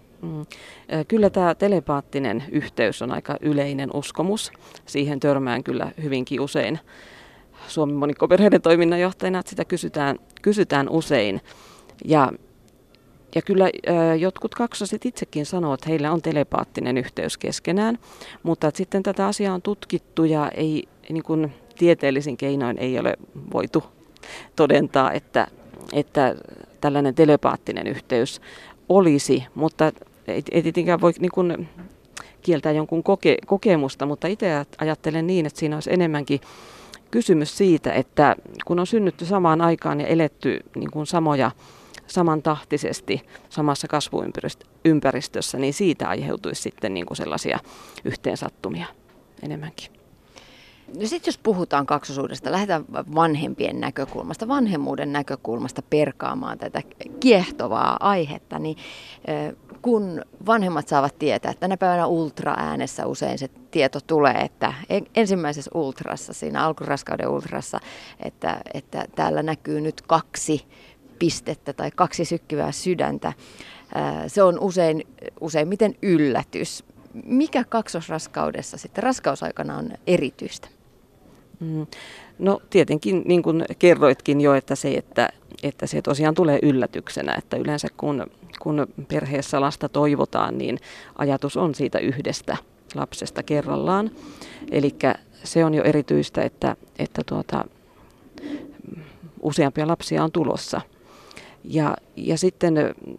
Kyllä tämä telepaattinen yhteys on aika yleinen uskomus. Siihen törmään kyllä hyvinkin usein. Suomen monikkoperheiden toiminnanjohtajana, että sitä kysytään usein. Ja kyllä jotkut kaksoset itsekin sanoo, että heillä on telepaattinen yhteys keskenään, mutta että sitten tätä asiaa on tutkittu ja ei, niin kuin tieteellisin keinoin ei ole voitu todentaa, että tällainen telepaattinen yhteys olisi, mutta ei tietenkään voi niin kuin kieltää jonkun kokemusta, mutta itse ajattelen niin, että siinä olisi enemmänkin kysymys siitä, että kun on synnytty samaan aikaan ja eletty niin kuin samantahtisesti samassa kasvuympäristössä, niin siitä aiheutuisi sitten niin kuin sellaisia yhteensattumia enemmänkin. No sitten jos puhutaan kaksosuudesta, lähdetään vanhempien näkökulmasta, vanhemmuuden näkökulmasta perkaamaan tätä kiehtovaa aihetta, niin kun vanhemmat saavat tietää, että tänä päivänä ultraäänessä usein se tieto tulee, että ensimmäisessä ultrassa, siinä alkuraskauden ultrassa, että täällä näkyy nyt 2 pistettä tai 2 sykkivää sydäntä. Se on useimmiten yllätys. Mikä kaksosraskaudessa sitten raskausaikana on erityistä? No tietenkin, niin kuin kerroitkin jo, että se tosiaan tulee yllätyksenä, että yleensä kun perheessä lasta toivotaan, niin ajatus on siitä yhdestä lapsesta kerrallaan. Eli se on jo erityistä, että useampia lapsia on tulossa. Ja sitten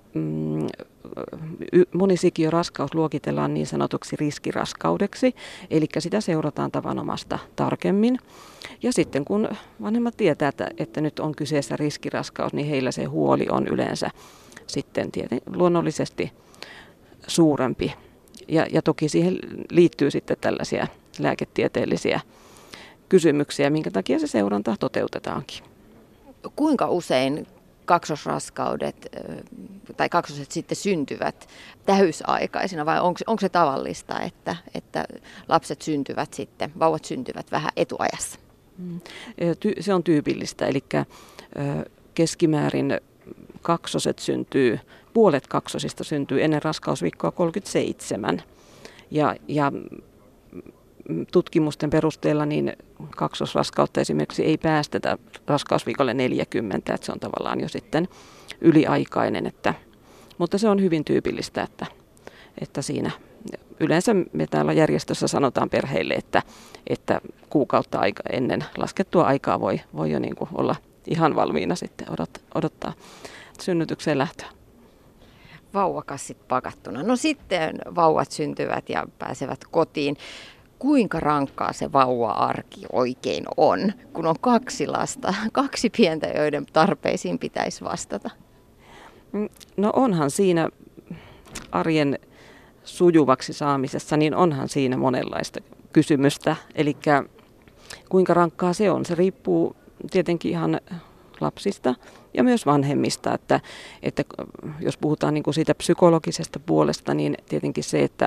monisikiöraskaus luokitellaan niin sanotuksi riskiraskaudeksi, eli sitä seurataan tavanomasta tarkemmin. Ja sitten kun vanhemmat tietää, että nyt on kyseessä riskiraskaus, niin heillä se huoli on yleensä sitten luonnollisesti suurempi. Ja toki siihen liittyy sitten tällaisia lääketieteellisiä kysymyksiä, minkä takia se seuranta toteutetaankin. Kuinka usein kaksosraskaudet tai kaksoset sitten syntyvät täysaikaisina vai onko se tavallista, että lapset syntyvät sitten, vauvat syntyvät vähän etuajassa? Se on tyypillistä, eli keskimäärin puolet kaksosista syntyy ennen raskausviikkoa 37 ja tutkimusten perusteella niin kaksosraskautta esimerkiksi ei päästetä raskausviikolle 40, että se on tavallaan jo sitten yliaikainen, mutta se on hyvin tyypillistä, että siinä yleensä me täällä järjestössä sanotaan perheille, että kuukautta ennen laskettua aikaa voi jo niin kuin olla ihan valmiina sitten odottaa synnytykseen lähtöä. Vauvakassit pakattuna. No sitten vauvat syntyvät ja pääsevät kotiin. Kuinka rankkaa se vauva-arki oikein on, kun on 2 lasta, 2 pientä, joiden tarpeisiin pitäisi vastata? No onhan siinä arjen sujuvaksi saamisessa, niin onhan siinä monenlaista kysymystä. Eli kuinka rankkaa se on, se riippuu tietenkin ihan lapsista ja myös vanhemmista, että jos puhutaan niin kuin siitä psykologisesta puolesta, niin tietenkin se, että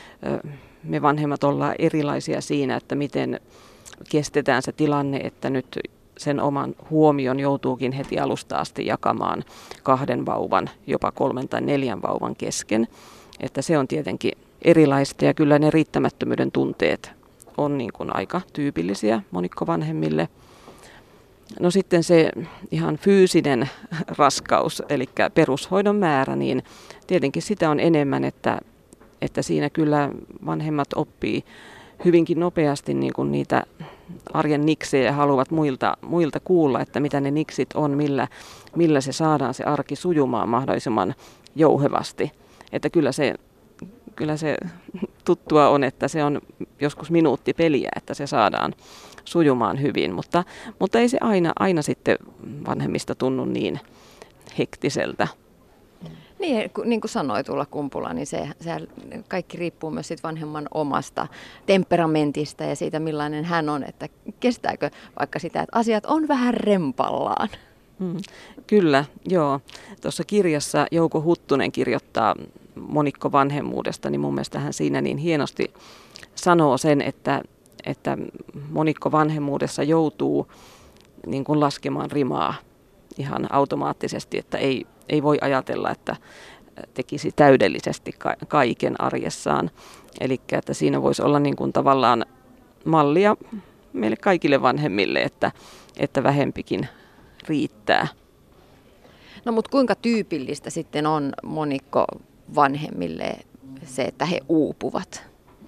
me vanhemmat ollaan erilaisia siinä, että miten kestetään se tilanne, että nyt sen oman huomion joutuukin heti alusta asti jakamaan 2 vauvan, jopa 3 tai 4 vauvan kesken. Että se on tietenkin erilaista ja kyllä ne riittämättömyyden tunteet on niin kuin aika tyypillisiä monikko-vanhemmille. No sitten se ihan fyysinen raskaus, eli perushoidon määrä, niin tietenkin sitä on enemmän, että siinä kyllä vanhemmat oppii hyvinkin nopeasti niin kuin niitä arjen niksejä ja haluavat muilta kuulla, että mitä ne niksit on, millä se saadaan se arki sujumaan mahdollisimman jouhevasti. Että kyllä se tuttua on, että se on joskus minuuttipeliä, että se saadaan sujumaan hyvin, mutta ei se aina sitten vanhemmista tunnu niin hektiseltä. Niin kuin sanoi Tuula Kumpula, niin se kaikki riippuu myös siitä vanhemman omasta temperamentista ja siitä, millainen hän on, että kestääkö vaikka sitä, että asiat on vähän rempallaan. Kyllä, joo. Tuossa kirjassa Jouko Huttunen kirjoittaa monikko-vanhemmuudesta, niin mun mielestä hän siinä niin hienosti sanoo sen, että monikko-vanhemmuudessa joutuu niin kuin laskemaan rimaa ihan automaattisesti, että ei voi ajatella, että tekisi täydellisesti kaiken arjessaan. Eli että siinä voisi olla niin kuin tavallaan mallia meille kaikille vanhemmille, että vähempikin riittää. No mutta kuinka tyypillistä sitten on monikko-vanhemmille se, että he uupuvat?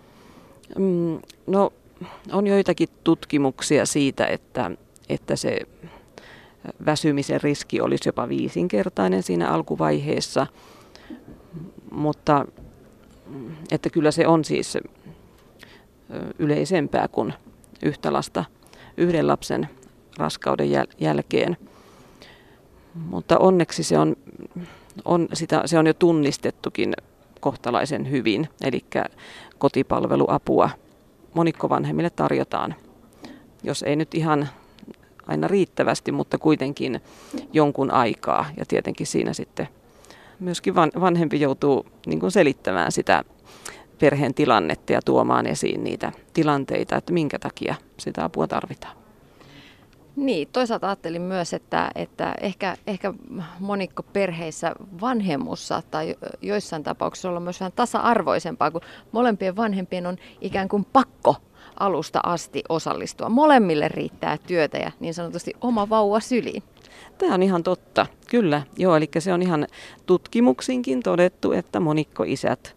No on joitakin tutkimuksia siitä, että se väsymisen riski olisi jopa 5-kertainen siinä alkuvaiheessa, mutta että kyllä se on siis yleisempää kuin yhtä lasta 1 lapsen raskauden jälkeen. Mutta onneksi se on jo tunnistettukin kohtalaisen hyvin, eli kotipalveluapua monikko-vanhemmille tarjotaan, jos ei nyt ihan aina riittävästi, mutta kuitenkin jonkun aikaa. Ja tietenkin siinä sitten myöskin vanhempi joutuu niin kuin selittämään sitä perheen tilannetta ja tuomaan esiin niitä tilanteita, että minkä takia sitä apua tarvitaan. Niin, toisaalta ajattelin myös, että ehkä monikkoperheissä vanhemmuus saattaa joissain tapauksissa olla myös vähän tasa-arvoisempaa, kun molempien vanhempien on ikään kuin pakko alusta asti osallistua. Molemmille riittää työtä ja niin sanotusti oma vauva syliin. Tämä on ihan totta, kyllä. Joo, eli se on ihan tutkimuksinkin todettu, että monikkoisät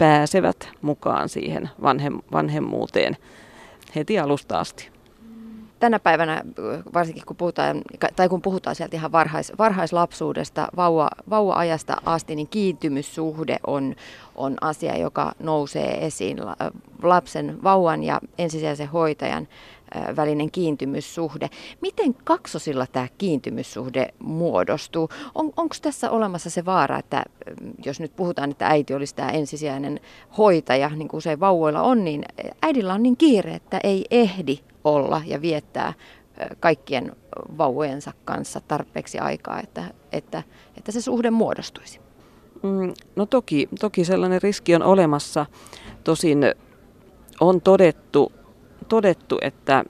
pääsevät mukaan siihen vanhemmuuteen heti alusta asti. tänä päivänä, varsinkin kun puhutaan sieltä ihan varhaislapsuudesta, vauva-ajasta asti, niin kiintymyssuhde on asia, joka nousee esiin. Lapsen, vauvan ja ensisijaisen hoitajan välinen kiintymyssuhde. Miten kaksosilla tämä kiintymyssuhde muodostuu? Onko tässä olemassa se vaara, että jos nyt puhutaan, että äiti olisi tämä ensisijainen hoitaja, niin kuin usein vauvoilla on, niin äidillä on niin kiire, että ei ehdi olla ja viettää kaikkien vauvojensa kanssa tarpeeksi aikaa, että se suhde muodostuisi? No toki sellainen riski on olemassa. Tosin on todettu, että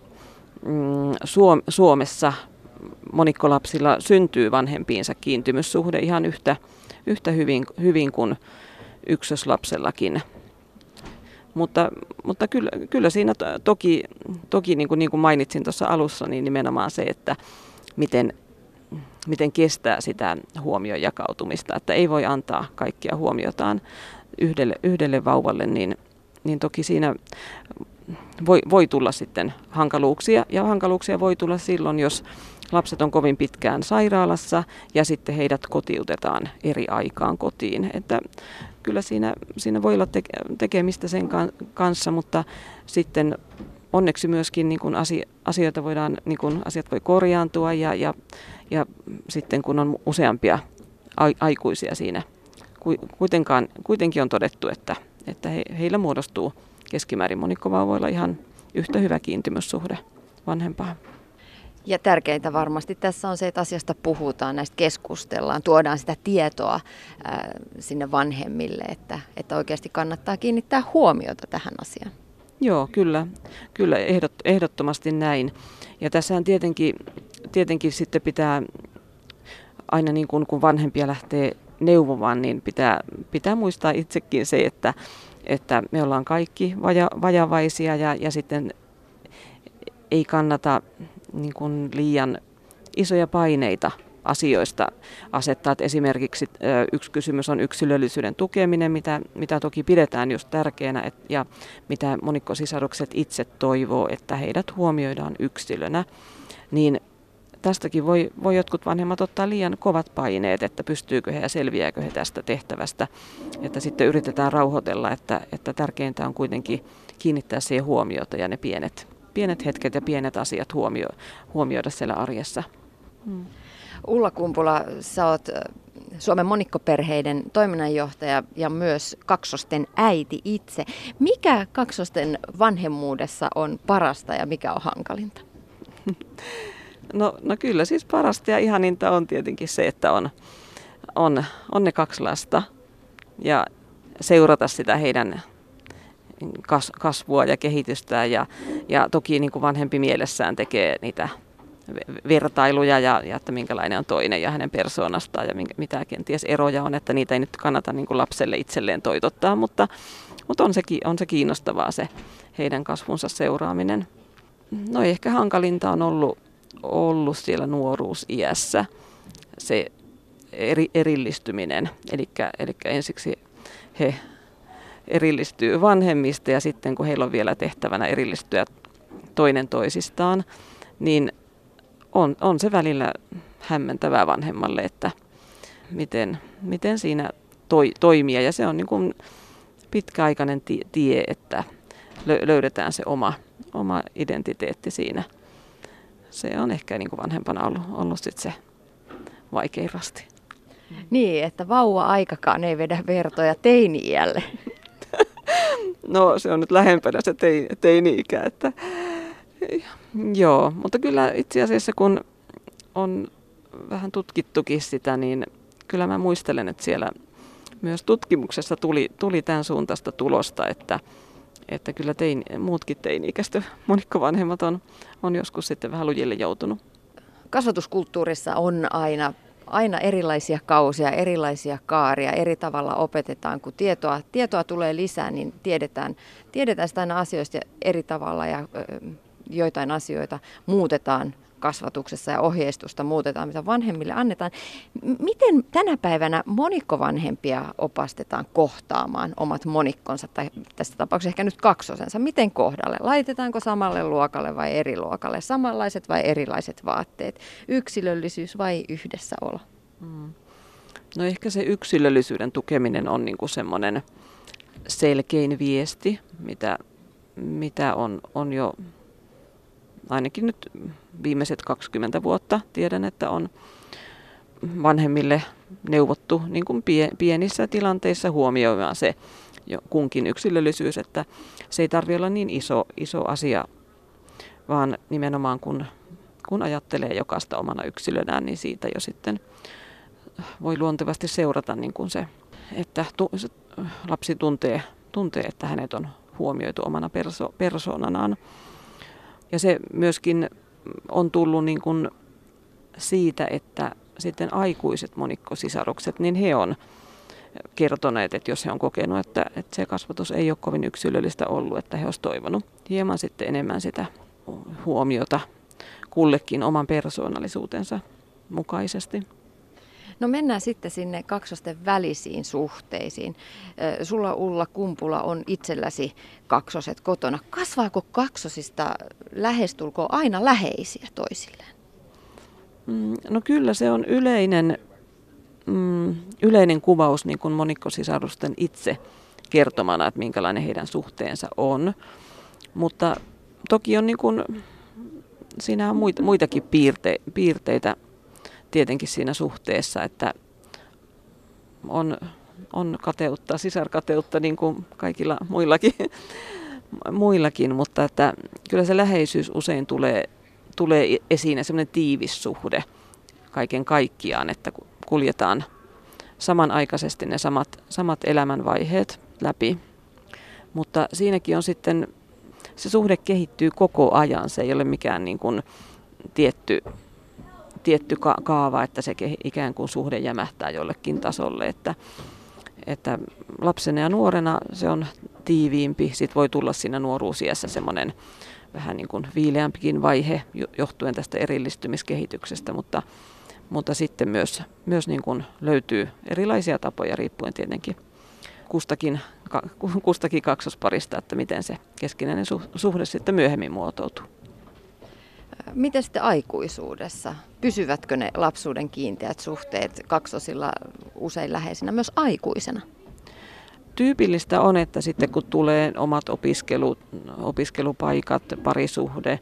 Suomessa monikkolapsilla syntyy vanhempiinsa kiintymyssuhde ihan yhtä hyvin kuin ykköslapsellakin. Mutta kyllä siinä toki niin kuin mainitsin tuossa alussa, niin nimenomaan se, että miten kestää sitä huomion jakautumista, että ei voi antaa kaikkia huomiotaan yhdelle vauvalle, niin toki siinä voi tulla sitten hankaluuksia, ja hankaluuksia voi tulla silloin, jos lapset on kovin pitkään sairaalassa ja sitten heidät kotiutetaan eri aikaan kotiin. Että kyllä siinä voi olla tekemistä sen kanssa, mutta sitten onneksi myöskin niin kuin asioita voidaan, niin kuin asiat voi korjaantua ja sitten kun on useampia aikuisia siinä, kuitenkin on todettu, että heillä muodostuu keskimäärin monikkovauvoilla ihan yhtä hyvä kiintymyssuhde vanhempaan. Ja tärkeintä varmasti tässä on se, että asiasta puhutaan, näistä keskustellaan, tuodaan sitä tietoa sinne vanhemmille, että oikeasti kannattaa kiinnittää huomiota tähän asiaan. Joo, kyllä ehdottomasti näin. Ja tässähän tietenkin sitten pitää aina niin kun vanhempia lähtee neuvomaan, niin pitää muistaa itsekin se, että me ollaan kaikki vajavaisia ja sitten ei kannata niin kuin liian isoja paineita asioista asettaa. Että esimerkiksi yksi kysymys on yksilöllisyyden tukeminen, mitä toki pidetään just tärkeänä ja mitä monikkosisarukset itse toivoo, että heidät huomioidaan yksilönä. Niin tästäkin voi jotkut vanhemmat ottaa liian kovat paineet, että pystyykö he ja selviääkö he tästä tehtävästä. Että sitten yritetään rauhoitella, että tärkeintä on kuitenkin kiinnittää siihen huomiota ja ne pienet hetket ja pienet asiat huomioida siellä arjessa. Ulla Kumpula, sä oot Suomen monikkoperheiden toiminnanjohtaja ja myös kaksosten äiti itse. Mikä kaksosten vanhemmuudessa on parasta ja mikä on hankalinta? No kyllä siis parasta ja ihaninta on tietenkin se, että on ne 2 lasta ja seurata sitä heidän kasvua ja kehitystään ja toki niin kuin vanhempi mielessään tekee niitä vertailuja ja että minkälainen on toinen ja hänen persoonastaan ja mitä kenties eroja on, että niitä ei nyt kannata niin kuin lapselle itselleen toitottaa, mutta on se kiinnostavaa se heidän kasvunsa seuraaminen. No ehkä hankalinta on ollut siellä nuoruusiässä se erillistyminen, eli ensiksi he erillistyy vanhemmista ja sitten kun heillä on vielä tehtävänä erillistyä toinen toisistaan, niin on se välillä hämmentävää vanhemmalle, että miten siinä toimia. Ja se on niin kuin pitkäaikainen tie, että löydetään se oma identiteetti siinä. Se on ehkä niin kuin vanhempana ollut sit se vaikein rasti. Niin, että vauva-aikakaan ei vedä vertoja teini-iälle. No se on nyt lähempänä se teini-ikä, että joo, mutta kyllä itse asiassa kun on vähän tutkittukin sitä, niin kyllä mä muistelen, että siellä myös tutkimuksessa tuli tämän suuntaista tulosta, että kyllä muutkin teini-ikäistä monikkovanhemmat on joskus sitten vähän lujille joutunut. Kasvatuskulttuurissa on aina erilaisia kausia, erilaisia kaaria, eri tavalla opetetaan, kun tietoa tulee lisää, niin tiedetään sitä aina asioista eri tavalla ja joitain asioita muutetaan kasvatuksessa ja ohjeistusta muutetaan, mitä vanhemmille annetaan. Miten tänä päivänä monikkovanhempia opastetaan kohtaamaan omat monikkonsa, tai tässä tapauksessa ehkä nyt kaksosensa? Miten kohdalle? Laitetaanko samalle luokalle vai eri luokalle? Samanlaiset vai erilaiset vaatteet? Yksilöllisyys vai yhdessäolo? No ehkä se yksilöllisyyden tukeminen on niin kuin semmoinen selkein viesti, mitä on jo ainakin nyt viimeiset 20 vuotta tiedän, että on vanhemmille neuvottu niin kuin pienissä tilanteissa huomioimaan se kunkin yksilöllisyys, että se ei tarvitse olla niin iso asia, vaan nimenomaan kun ajattelee jokaista omana yksilönään, niin siitä jo sitten voi luontevasti seurata niin kuin se, että se lapsi tuntee, että hänet on huomioitu omana persoonanaan. Ja se myöskin on tullut niin kuin siitä, että sitten aikuiset monikkosisarukset, niin he on kertoneet, että jos he on kokenut, että se kasvatus ei ole kovin yksilöllistä ollut, että he olisivat toivonut hieman sitten enemmän sitä huomiota kullekin oman persoonallisuutensa mukaisesti. No mennään sitten sinne kaksosten välisiin suhteisiin. Sulla Ulla Kumpula on itselläsi kaksoset kotona. Kasvaako kaksosista lähestulkoon aina läheisiä toisilleen? No kyllä se on yleinen kuvaus niin kuin monikkosisarusten itse kertomana, että minkälainen heidän suhteensa on. Mutta toki on niin kuin, siinä on muitakin piirteitä tietenkin siinä suhteessa, että on kateutta, sisarkateutta niin kuin kaikilla muillakin, mutta että kyllä se läheisyys usein tulee esiin ja semmoinen tiivis suhde kaiken kaikkiaan, että kuljetaan samanaikaisesti ne samat elämänvaiheet läpi. Mutta siinäkin on sitten, se suhde kehittyy koko ajan, se ei ole mikään niin kuin tietty kaava, että se ikään kuin suhde jämähtää jollekin tasolle, että lapsena ja nuorena se on tiiviimpi, sitten voi tulla siinä nuoruusiässä semmoinen vähän niin kuin viileämpikin vaihe johtuen tästä erillistymiskehityksestä, mutta sitten myös niin kuin löytyy erilaisia tapoja riippuen tietenkin kustakin kaksosparista, että miten se keskinäinen suhde sitten myöhemmin muotoutuu. Miten sitten aikuisuudessa? Pysyvätkö ne lapsuuden kiinteät suhteet kaksosilla usein läheisinä myös aikuisena? Tyypillistä on, että sitten kun tulee omat opiskelupaikat, parisuhde,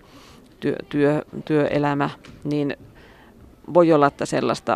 työelämä, niin voi olla, että sellaista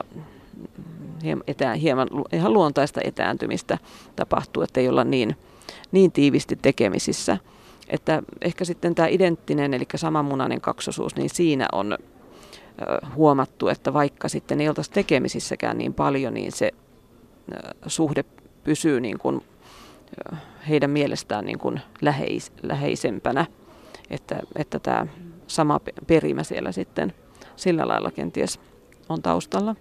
hieman ihan luontaista etääntymistä tapahtuu, että ei olla niin tiivisti tekemisissä. Että ehkä sitten tämä identtinen, eli samanmunainen kaksosuus, niin siinä on huomattu, että vaikka sitten ei oltaisi tekemisissäkään niin paljon, niin se suhde pysyy niin kuin heidän mielestään niin kuin läheisempänä, että tämä sama perimä siellä sitten sillä lailla kenties on taustalla.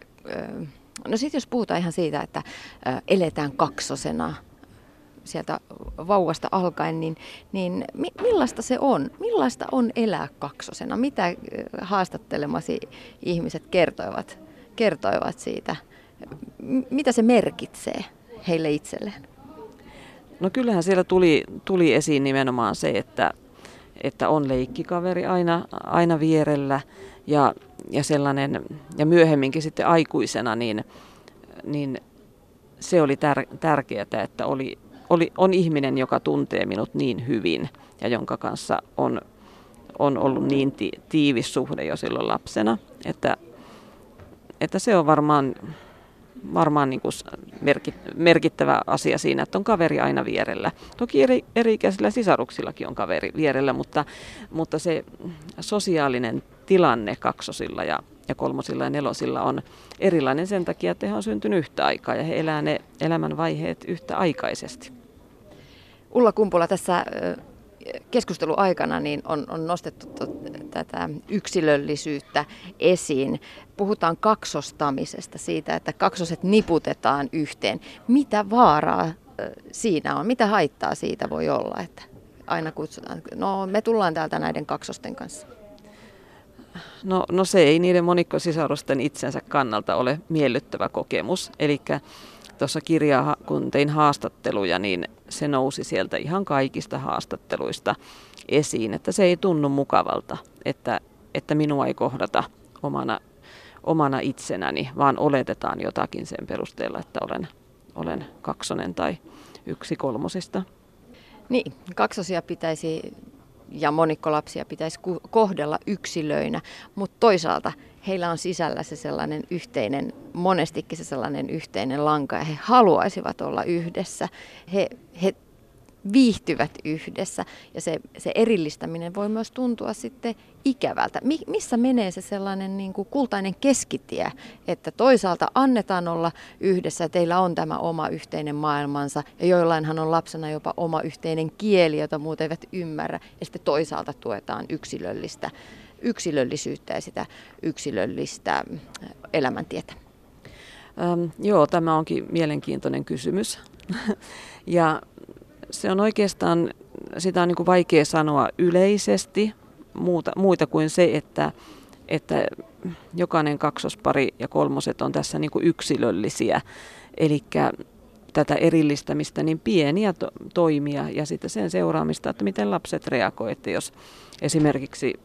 No sitten jos puhutaan ihan siitä, että eletään kaksosena sieltä vauvasta alkaen, niin millaista se on? Millaista on elää kaksosena? Mitä haastattelemasi ihmiset kertoivat siitä? Mitä se merkitsee heille itselleen? No kyllähän siellä tuli esiin nimenomaan se, että on leikkikaveri aina vierellä ja sellainen, ja myöhemminkin sitten aikuisena, niin se oli tärkeää, että on ihminen, joka tuntee minut niin hyvin ja jonka kanssa on ollut niin tiivis suhde jo silloin lapsena, että se on varmaan niin kuin merkittävä asia siinä, että on kaveri aina vierellä. Toki eri-ikäisillä sisaruksillakin on kaveri vierellä, mutta se sosiaalinen tilanne kaksosilla ja kolmosilla ja nelosilla on erilainen sen takia, että he on syntynyt yhtä aikaa ja he elää ne elämänvaiheet yhtä aikaisesti. Ulla Kumpula, tässä keskusteluaikana niin on nostettu tätä yksilöllisyyttä esiin. Puhutaan kaksostamisesta, siitä, että kaksoset niputetaan yhteen. Mitä vaaraa siinä on? Mitä haittaa siitä voi olla, että aina kutsutaan, no me tullaan täältä näiden kaksosten kanssa? No se ei niiden monikkosisarusten itsensä kannalta ole miellyttävä kokemus. Eli tuossa kirjaa, kun tein haastatteluja, niin se nousi sieltä ihan kaikista haastatteluista esiin, että se ei tunnu mukavalta, että minua ei kohdata omana itsenäni, vaan oletetaan jotakin sen perusteella, että olen kaksonen tai yksi kolmosista. Niin, kaksosia pitäisi ja monikkolapsia pitäisi kohdella yksilöinä, mutta toisaalta heillä on sisällä se sellainen yhteinen, monestikin se sellainen yhteinen lanka ja he haluaisivat olla yhdessä. He viihtyvät yhdessä ja se erillistäminen voi myös tuntua sitten ikävältä. Missä menee se sellainen niin kuin kultainen keskitie, että toisaalta annetaan olla yhdessä, teillä on tämä oma yhteinen maailmansa ja joillainhan on lapsena jopa oma yhteinen kieli, jota muut eivät ymmärrä ja sitten toisaalta tuetaan yksilöllisyyttä ja sitä yksilöllistä elämäntietä. Joo, tämä onkin mielenkiintoinen kysymys ja se on oikeastaan, sitä on niin kuin vaikea sanoa yleisesti muuta kuin se, että jokainen kaksospari ja kolmoset on tässä niin kuin yksilöllisiä. Eli tätä erillistämistä, niin pieniä toimia ja sitten sen seuraamista, että miten lapset reagoivat. Että jos esimerkiksi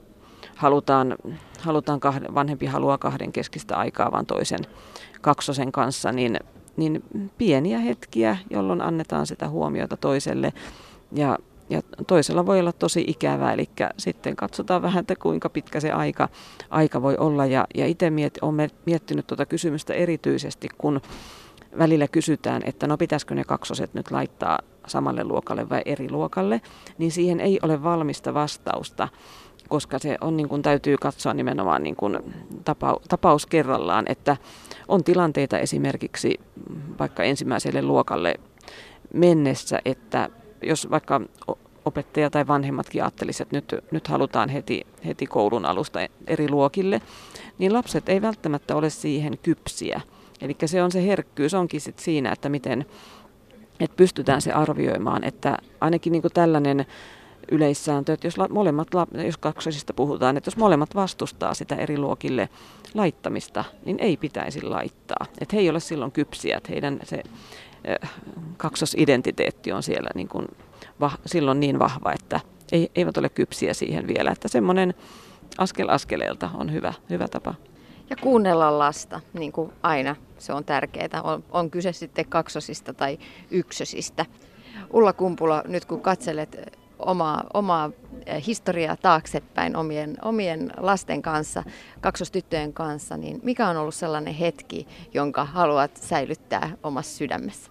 vanhempi haluaa kahdenkeskistä aikaa vaan toisen kaksosen kanssa, niin pieniä hetkiä, jolloin annetaan sitä huomiota toiselle ja toisella voi olla tosi ikävää, eli sitten katsotaan vähän, että kuinka pitkä se aika voi olla ja itse olen miettinyt tuota kysymystä erityisesti, kun välillä kysytään, että no pitäisikö ne kaksoset nyt laittaa samalle luokalle vai eri luokalle, niin siihen ei ole valmista vastausta, koska se on niin kuin, täytyy katsoa nimenomaan niin kuin tapaus kerrallaan, että on tilanteita esimerkiksi vaikka ensimmäiselle luokalle mennessä, että jos vaikka opettaja tai vanhemmatkin ajattelisivat, että nyt halutaan heti koulun alusta eri luokille, niin lapset ei välttämättä ole siihen kypsiä. Eli se herkkyys onkin sit siinä, että miten pystytään se arvioimaan, että ainakin niin kuin tällainen yleissääntö, että jos kaksosista puhutaan, että jos molemmat vastustaa sitä eri luokille laittamista, niin ei pitäisi laittaa. Että he ei ole silloin kypsiä, että heidän se kaksosidentiteetti on siellä niin kuin silloin niin vahva, että eivät ole kypsiä siihen vielä. Että semmoinen askel askeleelta on hyvä tapa. Ja kuunnella lasta, niin kuin aina, se on tärkeää. On kyse sitten kaksosista tai ykkösistä. Ulla Kumpula, nyt kun katselet omaa historiaa taaksepäin omien lasten kanssa, kaksostyttöjen kanssa, niin mikä on ollut sellainen hetki, jonka haluat säilyttää omassa sydämessä?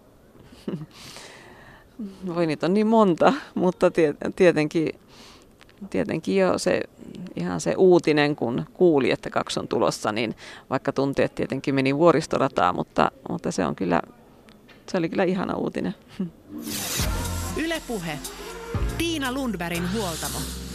Voi niitä on niin monta, mutta tietenkin jo ihan se uutinen, kun kuuli, että kaksi on tulossa, niin vaikka tunteet tietenkin meni vuoristorataan, mutta se oli kyllä ihana uutinen. Yle Puhe. Tiina Lundbergin huoltamo.